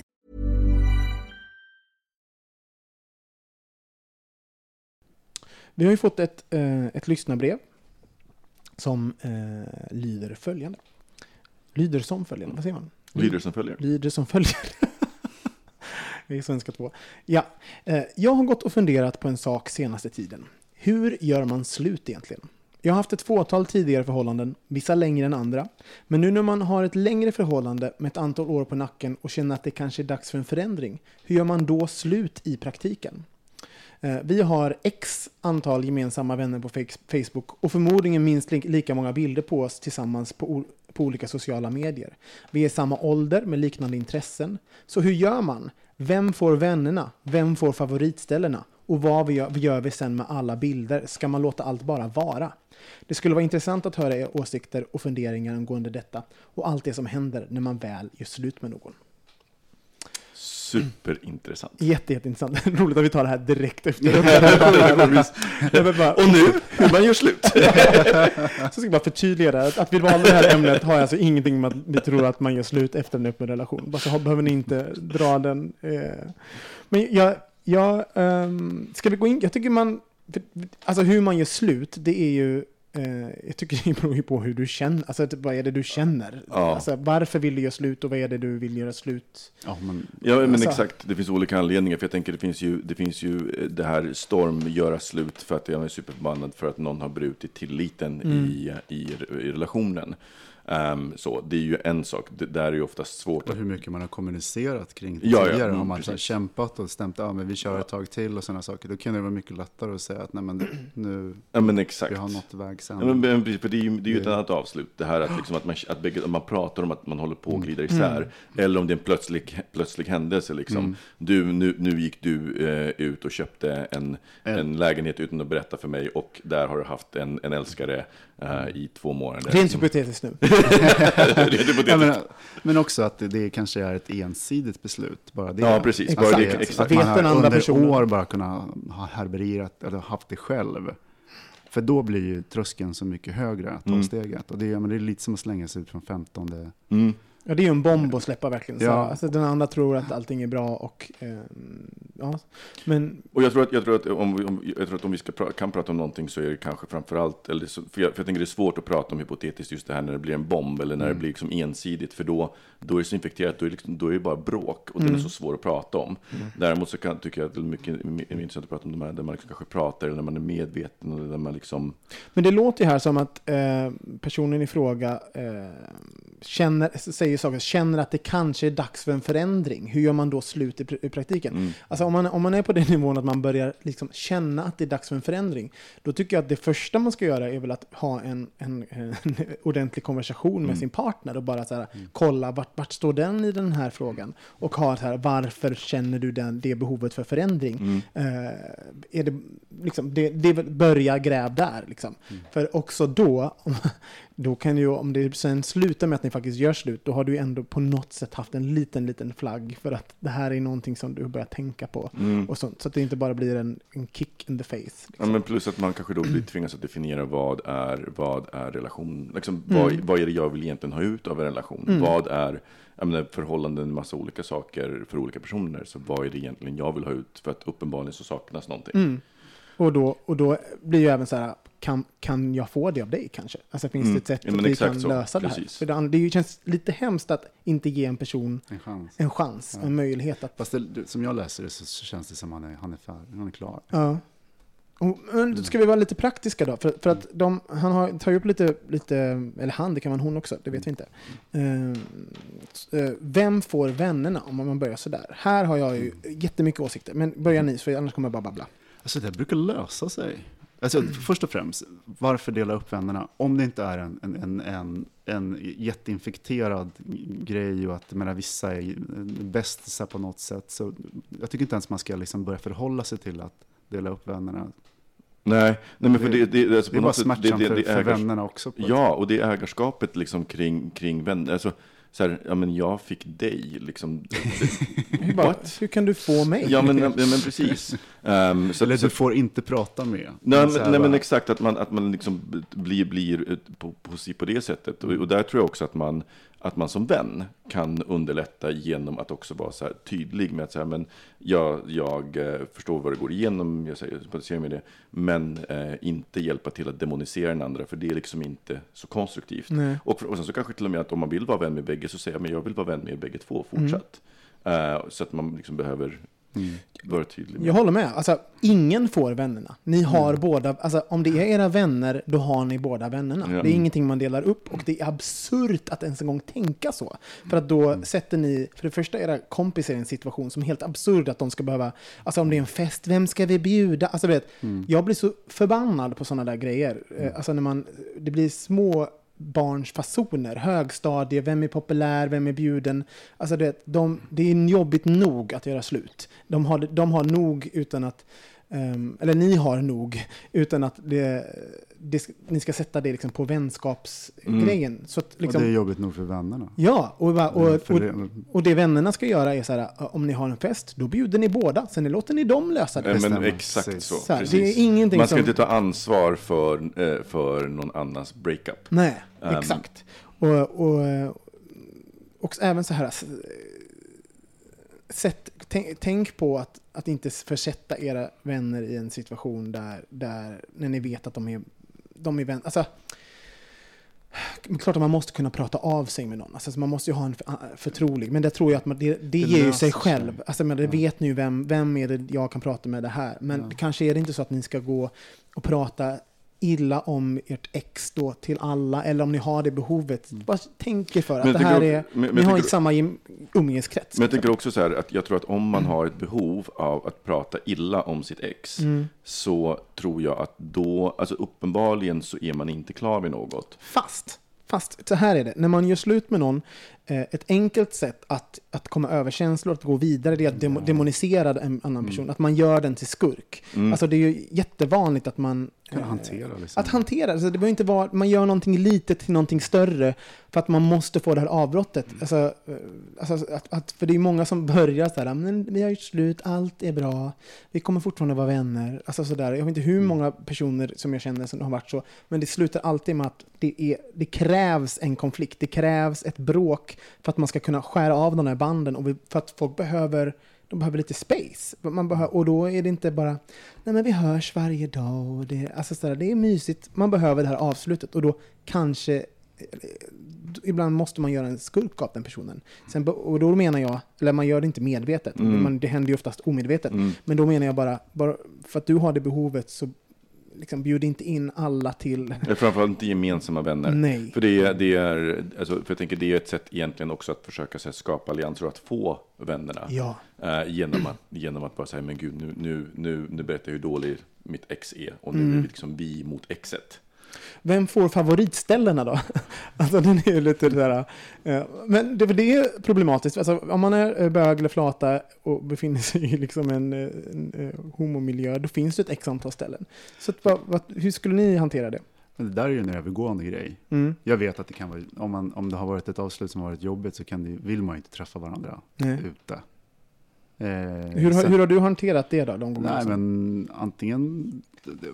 Vi har ju fått ett, eh, ett lyssnarbrev som eh, lyder följande. Lyder som följande, vad säger man? Lyder som följer. Lyder som följer. Det är svenska två. Ja, eh, jag har gått och funderat på en sak senaste tiden. Hur gör man slut egentligen? Jag har haft ett fåtal tidigare förhållanden, vissa längre än andra. Men nu när man har ett längre förhållande med ett antal år på nacken och känner att det kanske är dags för en förändring, hur gör man då slut i praktiken? Vi har x antal gemensamma vänner på Facebook och förmodligen minst lika många bilder på oss tillsammans på, på olika sociala medier. Vi är samma ålder med liknande intressen. Så hur gör man? Vem får vännerna? Vem får favoritställena? Och vad vi gör, vad gör vi sen med alla bilder? Ska man låta allt bara vara? Det skulle vara intressant att höra era åsikter och funderingar angående detta och allt det som händer när man väl gör slut med någon. Superintressant. Jätte, jätteintressant. Roligt att vi tar det här direkt efter. bara, och nu, hur man gör slut. Så ska jag bara förtydliga det. Att vi valde det här ämnet har alltså ingenting med att vi tror att man gör slut efter en öppen relation. Bara så behöver ni inte dra den. Men jag, jag ska vi gå in? Jag tycker man, alltså hur man gör slut, det är ju jag tycker det beror ju på hur du känner. Alltså vad är det du känner? Ja. Alltså, varför vill du göra slut och vad är det du vill göra slut? Ja, men, ja, men alltså, exakt. Det finns olika anledningar. För jag tänker det finns ju det, finns ju det här storm göra slut för att jag är superförbannad för att någon har brutit tilliten mm. i, i, i relationen. Um, så det är ju en sak. Det där är ju oftast svårt. Och hur mycket man har kommunicerat kring det ja, tidigare. Ja, mm, om man har kämpat och stämt, ja men vi kör ett tag till och sådana saker. Då kan det vara mycket lättare att säga att nej men nu ja, men exakt. vi har nått väg sen. Ja, men, för det är ju, det är ju ett annat avslut. Det här att, liksom, att, man, att, bägge, att man pratar om att man håller på och glider isär. Mm. Eller om det är en plötslig, plötslig händelse. Liksom. Mm. Du, nu, nu gick du eh, ut och köpte en, mm. en lägenhet utan att berätta för mig. Och där har du haft en, en älskare eh, i två månader. Rent hypotetiskt nu. Ja, men, men också att det, det kanske är ett ensidigt beslut. Bara det. Ja, precis. Exakt. Bara det, exakt. Att man har under personen. år bara kunnat ha herbererat eller haft det själv. För då blir ju tröskeln så mycket högre att ta mm. steget. Och det, ja, men det är lite som att slänga sig ut från femtonde. Mm. Ja, det är ju en bomb att släppa verkligen. Så, ja. alltså, den andra tror att allting är bra och eh, ja, men och jag tror att jag tror att om vi, om, jag tror att om vi ska pra- kan prata om någonting så är det kanske framförallt eller så, för, jag, för jag tänker det är svårt att prata om hypotetiskt just det här när det blir en bomb eller när mm. det blir liksom ensidigt för då då är det så infekterat då är det liksom, då är det bara bråk och mm. det är så svårt att prata om. Mm. Däremot så kan tycker jag att det är mycket är intressant att prata om de här där man liksom kanske pratar eller när man är medveten eller där man liksom. Men det låter ju här som att eh, personen i fråga eh, känner säger saker, känner att det kanske är dags för en förändring. Hur gör man då slut i, pr- i praktiken? Mm. Alltså om man, om man är på den nivån att man börjar liksom känna att det är dags för en förändring, då tycker jag att det första man ska göra är väl att ha en, en, en ordentlig konversation med mm. sin partner och bara så här, mm. kolla vart, vart står den i den här frågan och ha så här, varför känner du den, det behovet för förändring? Mm. Uh, är det liksom, det, det börjar gräv där liksom. Mm. För också då då kan ju, om det sen slutar med att ni faktiskt gör slut, då har du ändå på något sätt haft en liten, liten flagg för att det här är någonting som du börjar tänka på. Mm. Och sånt, så att det inte bara blir en, en kick in the face. Liksom. Ja, men plus att man kanske då blir tvingas att definiera vad är, vad är relation. Liksom, mm. vad, vad är det jag vill egentligen ha ut av en relation? Mm. Vad är jag menar, förhållanden, en massa olika saker för olika personer. Så vad är det egentligen jag vill ha ut? För att uppenbarligen så saknas någonting. Mm. Och, då, och då blir ju även så här, kan, kan jag få det av dig kanske? Alltså finns mm. det ett sätt ja, att vi kan så. lösa Precis. det här? För det, det känns lite hemskt att inte ge en person en chans, en, chans, ja. en möjlighet. Att... Fast det, som jag läser det så, så känns det som att han är, han är färdig, han är klar. Ja. Och, men då ska vi vara lite praktiska då. För, för att de, han har tagit upp lite, lite, eller han, det kan vara hon också, det vet vi inte. Uh, vem får vännerna om man börjar så där? Här har jag ju jättemycket åsikter, men börja ni, för annars kommer jag bara babbla. Alltså det brukar lösa sig. Alltså, först och främst, varför dela upp vännerna? Om det inte är en, en, en, en, en jätteinfekterad grej och att menar, vissa är bästisar på något sätt. Så jag tycker inte ens man ska liksom börja förhålla sig till att dela upp vännerna. Nej, nej men för det, det, det, alltså det är bara smärtsamt för, för vännerna också. Ja, och det är ägarskapet liksom kring, kring vänner. Alltså, så här, ja men jag fick dig liksom. hur, bara, hur kan du få mig? Ja men, ja, men precis. Um, så, Eller så, du får inte prata med. Nej, men, nej men exakt, att man, att man liksom blir, blir på, på, på det sättet. Och, och där tror jag också att man, att man som vän kan underlätta genom att också vara så här tydlig med att så här, men jag, jag förstår vad det går igenom, jag säger med det, men eh, inte hjälpa till att demonisera den andra, för det är liksom inte så konstruktivt. Och, och sen så kanske till och med att om man vill vara vän med bägge, så säger jag, men jag vill vara vän med bägge två fortsatt. Mm. Uh, så att man liksom behöver mm. vara tydlig med. Jag håller med. Alltså, ingen får vännerna. Ni har mm. båda, alltså om det är era vänner, då har ni båda vännerna. Ja. Det är ingenting man delar upp, och det är absurt att ens en gång tänka så. För att då mm. sätter ni, för det första, era kompisar i en situation som är helt absurd, att de ska behöva, alltså om det är en fest, vem ska vi bjuda? Alltså vet, mm. jag blir så förbannad på sådana där grejer. Mm. Alltså när man, det blir små barns fasoner, högstadie, vem är populär, vem är bjuden, alltså det, de, det är jobbigt nog att göra slut. De har, de har nog utan att um, eller ni har nog utan att det, det, ni ska sätta det liksom på vänskapsgrejen. Mm. Så att liksom, och det är jobbigt nog för vännerna. Ja, och, och, och, och, och det vännerna ska göra är så här, om ni har en fest, då bjuder ni båda, sen låter ni dem lösa det. Ja, men exakt så. så här, det är ingenting man ska som, inte ta ansvar för, för någon annans breakup. Nej, um, exakt. Och, och, och även så här, sätt, tänk, tänk på att, att inte försätta era vänner i en situation där, där när ni vet att de är, de är vänner. Alltså, klart att man måste kunna prata av sig med någon. Alltså, man måste ju ha en förtrolig. Men det tror jag att man, det, det, det ger ju sig själv. Alltså, men det ja. vet ni ju vem, vem är det jag kan prata med det här. Men ja. kanske är det inte så att ni ska gå och prata illa om ert ex då till alla, eller om ni har det behovet. Mm. Bara tänk er för att det här är, men, men, ni har inte samma umgängeskrets. Men jag tänker också så här, att jag tror att om man mm. har ett behov av att prata illa om sitt ex, mm. så tror jag att då, alltså uppenbarligen så är man inte klar med något. Fast, fast så här är det. När man gör slut med någon, ett enkelt sätt att, att komma över känslor, att gå vidare, det är att dem- demonisera en annan person. Mm. Att man gör den till skurk. Mm. Alltså det är ju jättevanligt att man kan eh, hantera. Liksom. Att hantera. Alltså det behöver inte vara, man gör någonting litet till någonting större för att man måste få det här avbrottet. Mm. Alltså, alltså att, att, för det är många som börjar så här, men vi har gjort slut, allt är bra, vi kommer fortfarande vara vänner. Alltså så där. Jag vet inte hur många personer som jag känner som har varit så, men det slutar alltid med att det, är, det krävs en konflikt, det krävs ett bråk för att man ska kunna skära av de här banden, och vi, för att folk behöver, de behöver lite space. Man behöver, och då är det inte bara, nej men vi hörs varje dag, och det, alltså så där, det är mysigt. Man behöver det här avslutet, och då kanske ibland måste man göra en skurk av den personen. Sen, och då menar jag, eller man gör det inte medvetet, mm. man, det händer ju oftast omedvetet, mm. men då menar jag bara, bara för att du har det behovet, så liksom bjud inte in alla till. Det är framförallt inte gemensamma vänner. Nej. För det är, det är alltså, för jag tänker det är ett sätt egentligen också att försöka så här, skapa allianser och att få vännerna. Ja. Eh, genom att genom att bara säga, men gud, nu nu nu nu berättar jag hur dålig mitt ex är, och nu mm. är det liksom vi mot exet. Vem får favoritställena då? Alltså den är ju lite där. Uh, men det, det är problematiskt. Alltså, om man är bög eller flata och befinner sig i liksom en, en, en homomiljö, då finns det ett x antal ställen. Så att, vad, vad, hur skulle ni hantera det? Men det där är ju en övergående grej. Mm. Jag vet att det kan vara, om, man, om det har varit ett avslut som har varit jobbigt, så kan det, vill man ju inte träffa varandra Nej. ute. Eh, hur, har, hur har du hanterat det då? De gånger nej, men antingen... Det,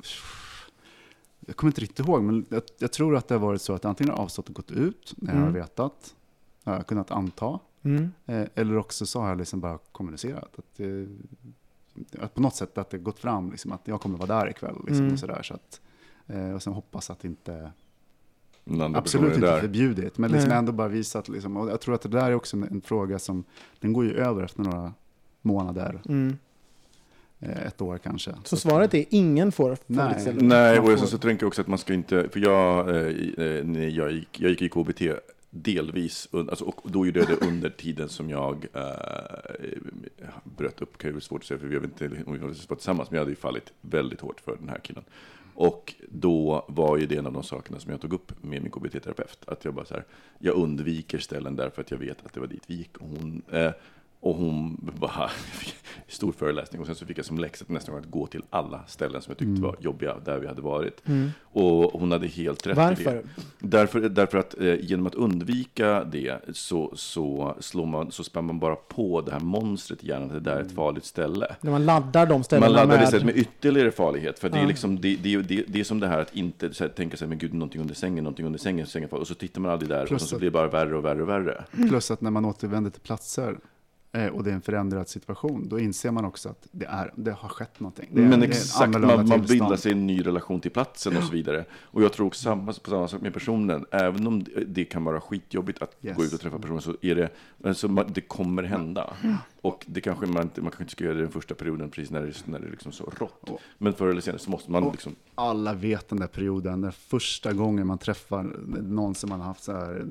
jag kommer inte riktigt ihåg, men jag, jag tror att det har varit så att antingen har avstått och gått ut när mm. jag har vetat, jag har kunnat anta, mm. eh, eller också så har jag liksom bara kommunicerat att, eh, att på något sätt att det gått fram liksom, att jag kommer vara där ikväll liksom, mm. och sådär, så att, eh, och sen hoppas att inte absolut inte förbjudit, men liksom ändå bara visa att liksom, och jag tror att det där är också en, en fråga som den går ju över efter några månader. Mm. Ett år kanske. Så svaret är ingen får Nej, Nej och så, så tänker jag också att man ska inte, för jag, eh, jag, gick, jag gick i K B T delvis, alltså, och då gjorde jag det under tiden som jag eh, bröt upp, kan ju vara svårt att säga, för vi har inte om vi har varit tillsammans, men jag hade ju fallit väldigt hårt för den här killen. Och då var ju det en av de sakerna som jag tog upp med min K B T-terapeut. Att jag bara så här, jag undviker ställen därför att jag vet att det var dit vi gick. Och hon, eh, och hon bara, stor föreläsning. Och sen så fick jag som läxa nästa gång att gå till alla ställen som jag tyckte mm. var jobbiga där vi hade varit. Mm. Och hon hade helt rätt Varför? i det. Därför, därför att eh, genom att undvika det så, så, slår man, så spär man bara på det här monstret i hjärnan. Det där är ett farligt ställe. När man laddar de ställena Man laddar med... det med ytterligare farlighet. För ja. det, är liksom, det, det, det, det är som det här att inte så här, tänka sig, men gud, någonting under sängen, någonting under sängen, sängen och så tittar man aldrig där. Plus och så blir det bara värre och värre och värre. Plus att när man återvänder till platser och det är en förändrad situation, då inser man också att det, är, det har skett någonting. Det är, men det är exakt, man, man bildar sig en ny relation till platsen och så vidare. Och jag tror också samma, på samma sak med personen. Även om det kan vara skitjobbigt att yes. gå ut och träffa personer, så är det, alltså, det kommer hända. Och det kanske man inte, man kanske inte ska göra det den första perioden precis när det, när det är liksom så rått. Men förr eller senare så måste man liksom... Alla vet den där perioden, den första gången man träffar någon som man har haft så här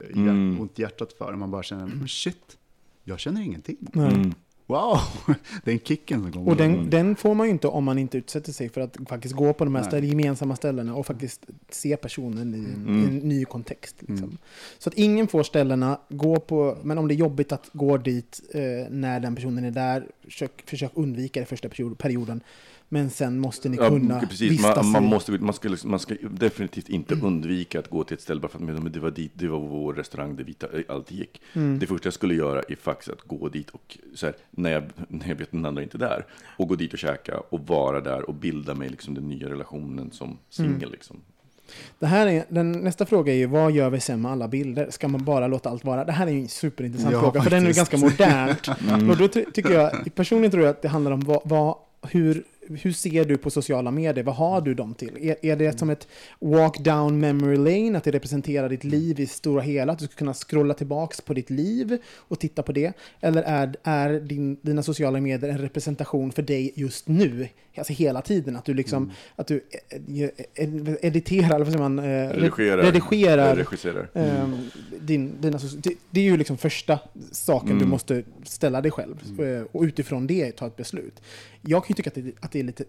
mm. ont hjärtat för, och man bara känner, shit, jag känner ingenting. Mm. Wow, den kicken som kommer. Och den, den får man ju inte om man inte utsätter sig för att faktiskt gå på de här ställ, gemensamma ställena och faktiskt se personen i en, mm. i en ny kontext. Liksom. Mm. Så att ingen får ställena gå på, men om det är jobbigt att gå dit eh, när den personen är där, försök, försök undvika det första perioden. Men sen måste ni kunna ja, precis. vistas man, man, måste, man, ska, man ska definitivt inte mm. undvika att gå till ett ställe bara för att men det var dit, det var vår restaurang där vi alltid gick. Mm. Det första jag skulle göra är faktiskt att gå dit och så här, när, jag, när jag vet att den andra inte är där, och gå dit och käka och vara där och bilda mig liksom den nya relationen som singel. Mm. Liksom. Det här är, den, nästa fråga är ju, vad gör vi sen med alla bilder? Ska man bara låta allt vara? Det här är ju en superintressant ja, fråga, för den är ganska modernt. mm. Och då ty- tycker jag, personligen tror jag att det handlar om vad, vad, hur hur ser du på sociala medier? Vad har du dem till? Är, är det som ett walk down memory lane, att det representerar ditt liv i stora hela, att du ska kunna scrolla tillbaks på ditt liv och titta på det? Eller är, är din, dina sociala medier en representation för dig just nu? Alltså hela tiden, att du liksom mm. att du editerar, eller vad säger man? Redigerar. Redigerar. Regisserar. Mm. din, dina, det, det är ju liksom första saken mm. du måste ställa dig själv mm. och utifrån det ta ett beslut. Jag kan ju tycka att det, att det är lite,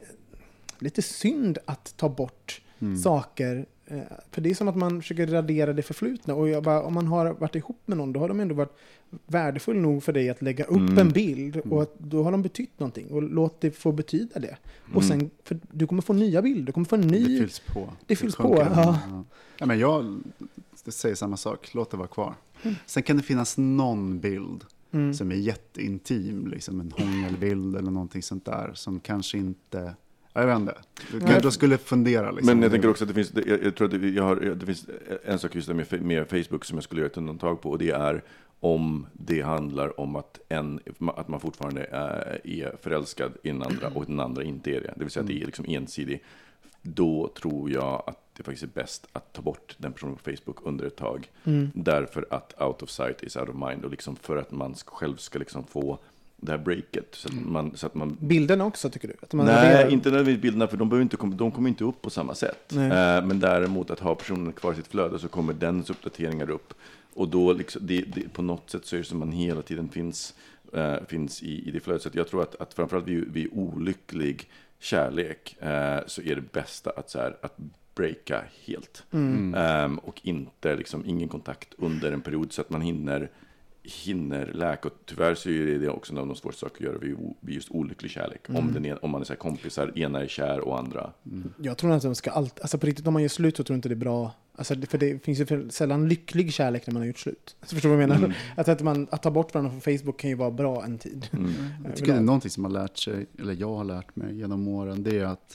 lite synd att ta bort mm. saker. För det är som att man försöker radera det förflutna. Och jag bara, om man har varit ihop med någon, då har de ändå varit värdefull nog för dig att lägga upp mm. en bild. Och att, då har de betytt någonting. Och låt det få betyda det. Mm. Och sen, för du kommer få nya bilder. Du kommer få en ny... Det fylls på. Det, det fylls på, ja. ja. ja men jag säger samma sak. Låt det vara kvar. Mm. Sen kan det finnas någon bild Mm. som är jätteintim, liksom en hångelbild eller någonting sånt där som kanske inte, jag vet inte, du kanske då skulle fundera liksom. Men jag tänker också att det finns, jag, jag tror att det, jag har, det finns en sak just där med, med Facebook som jag skulle göra ett undantag på, och det är om det handlar om att, en, att man fortfarande är, är förälskad i den andra och den andra inte är det, det vill säga att det är liksom ensidigt. Då tror jag att det faktiskt är bäst att ta bort den personen på Facebook under ett tag. Mm. Därför att out of sight is out of mind. Och liksom för att man själv ska liksom få det här breaket. Så att man, så att man... Bilderna också, tycker du? Att man Nej, raderar... inte nödvändigtvis bilderna, för de, inte, de kommer inte upp på samma sätt. Eh, men däremot att ha personen kvar i sitt flöde, så kommer dens uppdateringar upp. Och då liksom, det, det, på något sätt så är det som man hela tiden finns, eh, finns i, i det flödet. Så att jag tror att, att framförallt vid, vid olycklig kärlek eh, så är det bästa att, så här, att breaka helt. Mm. Um, och inte liksom, ingen kontakt under en period, så att man hinner, hinner läka. Och tyvärr så är det också en av de svåraste saker att göra vid, vid just olycklig kärlek. Mm. Om, den är, om man är så här kompisar, ena är kär och andra. Mm. Jag tror att de ska allt, alltså på riktigt, om man gör slut så tror jag inte det är bra. Alltså, för det finns ju för sällan lycklig kärlek när man har gjort slut. Alltså, förstår du vad jag menar? Mm. Att, att, man, att ta bort varandra från Facebook kan ju vara bra en tid. Mm. Jag tycker det är någonting som har lärt sig, eller jag har lärt mig genom åren, det är att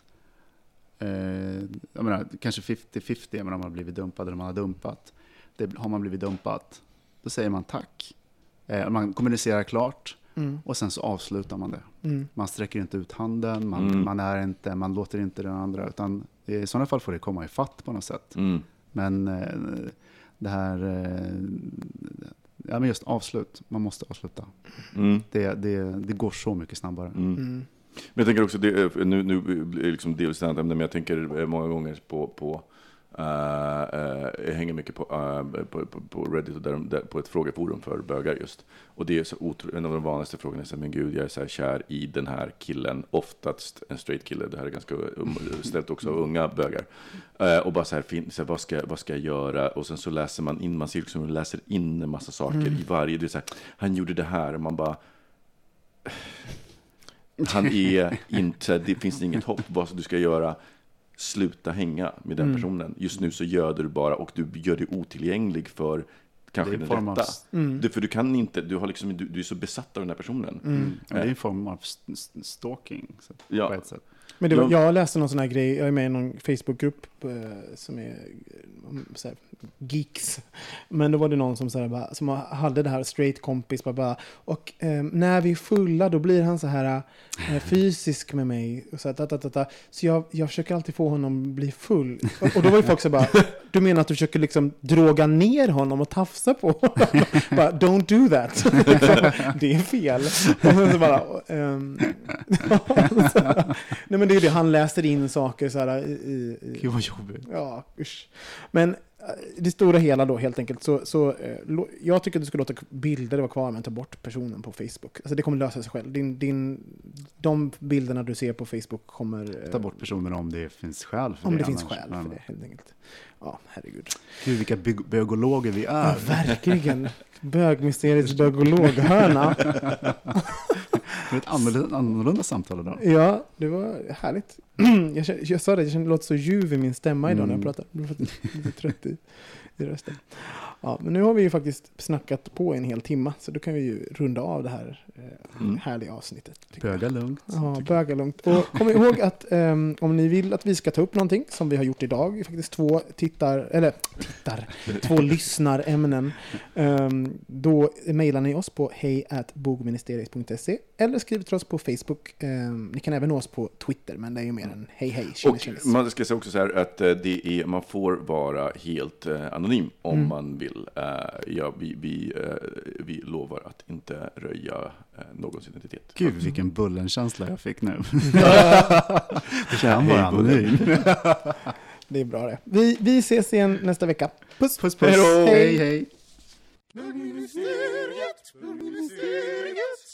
eh, jag menar, kanske femtio femtio om man har blivit dumpad eller man har dumpat. Det, har man blivit dumpat, då säger man tack. Eh, man kommunicerar klart. Mm. Och sen så avslutar man det. Mm. Man sträcker inte ut handen, man, mm. man, är inte, man låter inte den andra, utan i sådana fall får det komma i fatt på något sätt. Mm. Men eh, det här, eh, ja men just avslut, man måste avsluta. Mm. Det, det, det går så mycket snabbare. Mm. Mm. Men jag tänker också, det, nu, nu liksom delvis annat ämne, men jag tänker många gånger på, på Uh, uh, jag hänger mycket på, uh, på, på, på Reddit och där, där, på ett frågeforum för bögar just. Och det är så otro, en av de vanligaste frågorna är så här, men gud, jag är så här kär i den här killen, oftast en straight kille, det här är ganska um, ställt också av unga bögar. Uh, och bara så här, fin, så här vad, ska, vad ska jag göra? Och sen så läser man in, man ser liksom, läser in en massa saker mm. i varje, det är så här, han gjorde det här, och man bara... Han är inte, det finns inget hopp vad du ska göra. Sluta hänga med den mm. personen. Just nu så göder du bara, och du gör dig otillgänglig för kanske den rätta. Av... Mm. Du, för du kan inte, du, har liksom, du, du är så besatt av den här personen. Mm. Ja, det är en form av stalking. Så, ja. På ett sätt. Men det var, jag läste någon sån här grej, jag är med i någon Facebookgrupp eh, som är så här, geeks. Men då var det någon som, så här, bara, som hade det här straight kompis bara, bara och eh, när vi är fulla då blir han så här eh, fysisk med mig och så här, ta, ta, ta, ta. Så jag, jag försöker alltid få honom bli full. Och, och då var det folk så bara, du menar att du försöker liksom droga ner honom och tafsa på honom? Bara, don't do that. Det är fel. Och så bara um, så, nej, men det är det, han läser in saker så här i, i, i Gud vad jobbigt. Ja, usch. Men det stora hela då helt enkelt så, så jag tycker att du ska låta bilder vara kvar men ta bort personen på Facebook. Alltså det kommer lösa sig själv. Din, din, de bilderna du ser på Facebook kommer... Ta bort personen om det finns skäl för om det. Om det finns skäl för det helt enkelt. Ja, herregud. Gud, vilka bög- bögologer vi är. Ja, verkligen. Bögmysteriets bögologhörna. Det är ett annorlunda, annorlunda samtal idag. Ja, det var härligt. jag, jag sa det, jag kände, låter så ljuv i min stämma idag mm. när jag pratar. Jag blev lite trött i, i rösten. Ja, men nu har vi ju faktiskt snackat på en hel timme, så då kan vi ju runda av det här eh, mm. härliga avsnittet. Böga lugnt. Ja, böga lugnt. Och kom ihåg att um, om ni vill att vi ska ta upp någonting som vi har gjort idag, faktiskt två tittar, eller tittar, två lyssnarämnen, um, då mejlar ni oss på hej at bogministeriet punkt se eller skriv till oss på Facebook. Um, ni kan även nå oss på Twitter, men det är ju mer en hej hej. Och kännis. Man ska säga också så här att det är, man får vara helt uh, anonym om mm. man vill. Uh, ja, vi, vi, uh, vi lovar att inte röja uh, någons identitet. Gud, vilken bullenkänsla jag fick nu. Det kan vara anonym. Det är bra det. Vi, vi ses igen nästa vecka. Puss, puss, puss. Hej, hej, hej. Bögministeriet, bögministeriet,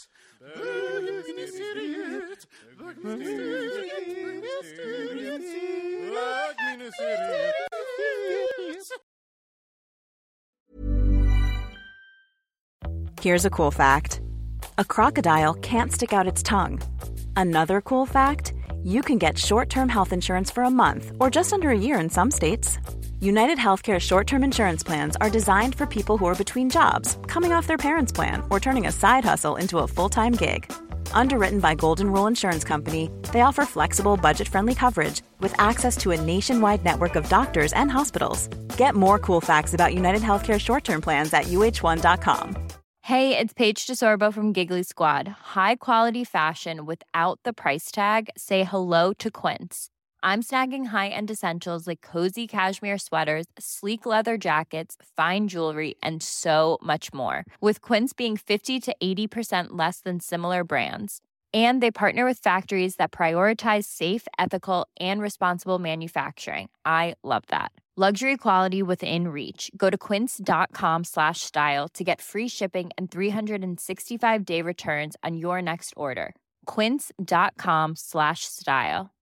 bögministeriet, bögministeriet, bögministeriet. Here's a cool fact. A crocodile can't stick out its tongue. Another cool fact, you can get short-term health insurance for a month or just under a year in some states. United Healthcare short-term insurance plans are designed for people who are between jobs, coming off their parents' plan, or turning a side hustle into a full-time gig. Underwritten by Golden Rule Insurance Company, they offer flexible, budget-friendly coverage with access to a nationwide network of doctors and hospitals. Get more cool facts about United Healthcare short-term plans at U H one dot com. Hey, it's Paige DeSorbo from Giggly Squad. High quality fashion without the price tag. Say hello to Quince. I'm snagging high-end essentials like cozy cashmere sweaters, sleek leather jackets, fine jewelry, and so much more. With Quince being fifty to eighty percent less than similar brands. And they partner with factories that prioritize safe, ethical, and responsible manufacturing. I love that. Luxury quality within reach. Go to quince.com slash style to get free shipping and three sixty-five day returns on your next order. Quince.com slash style.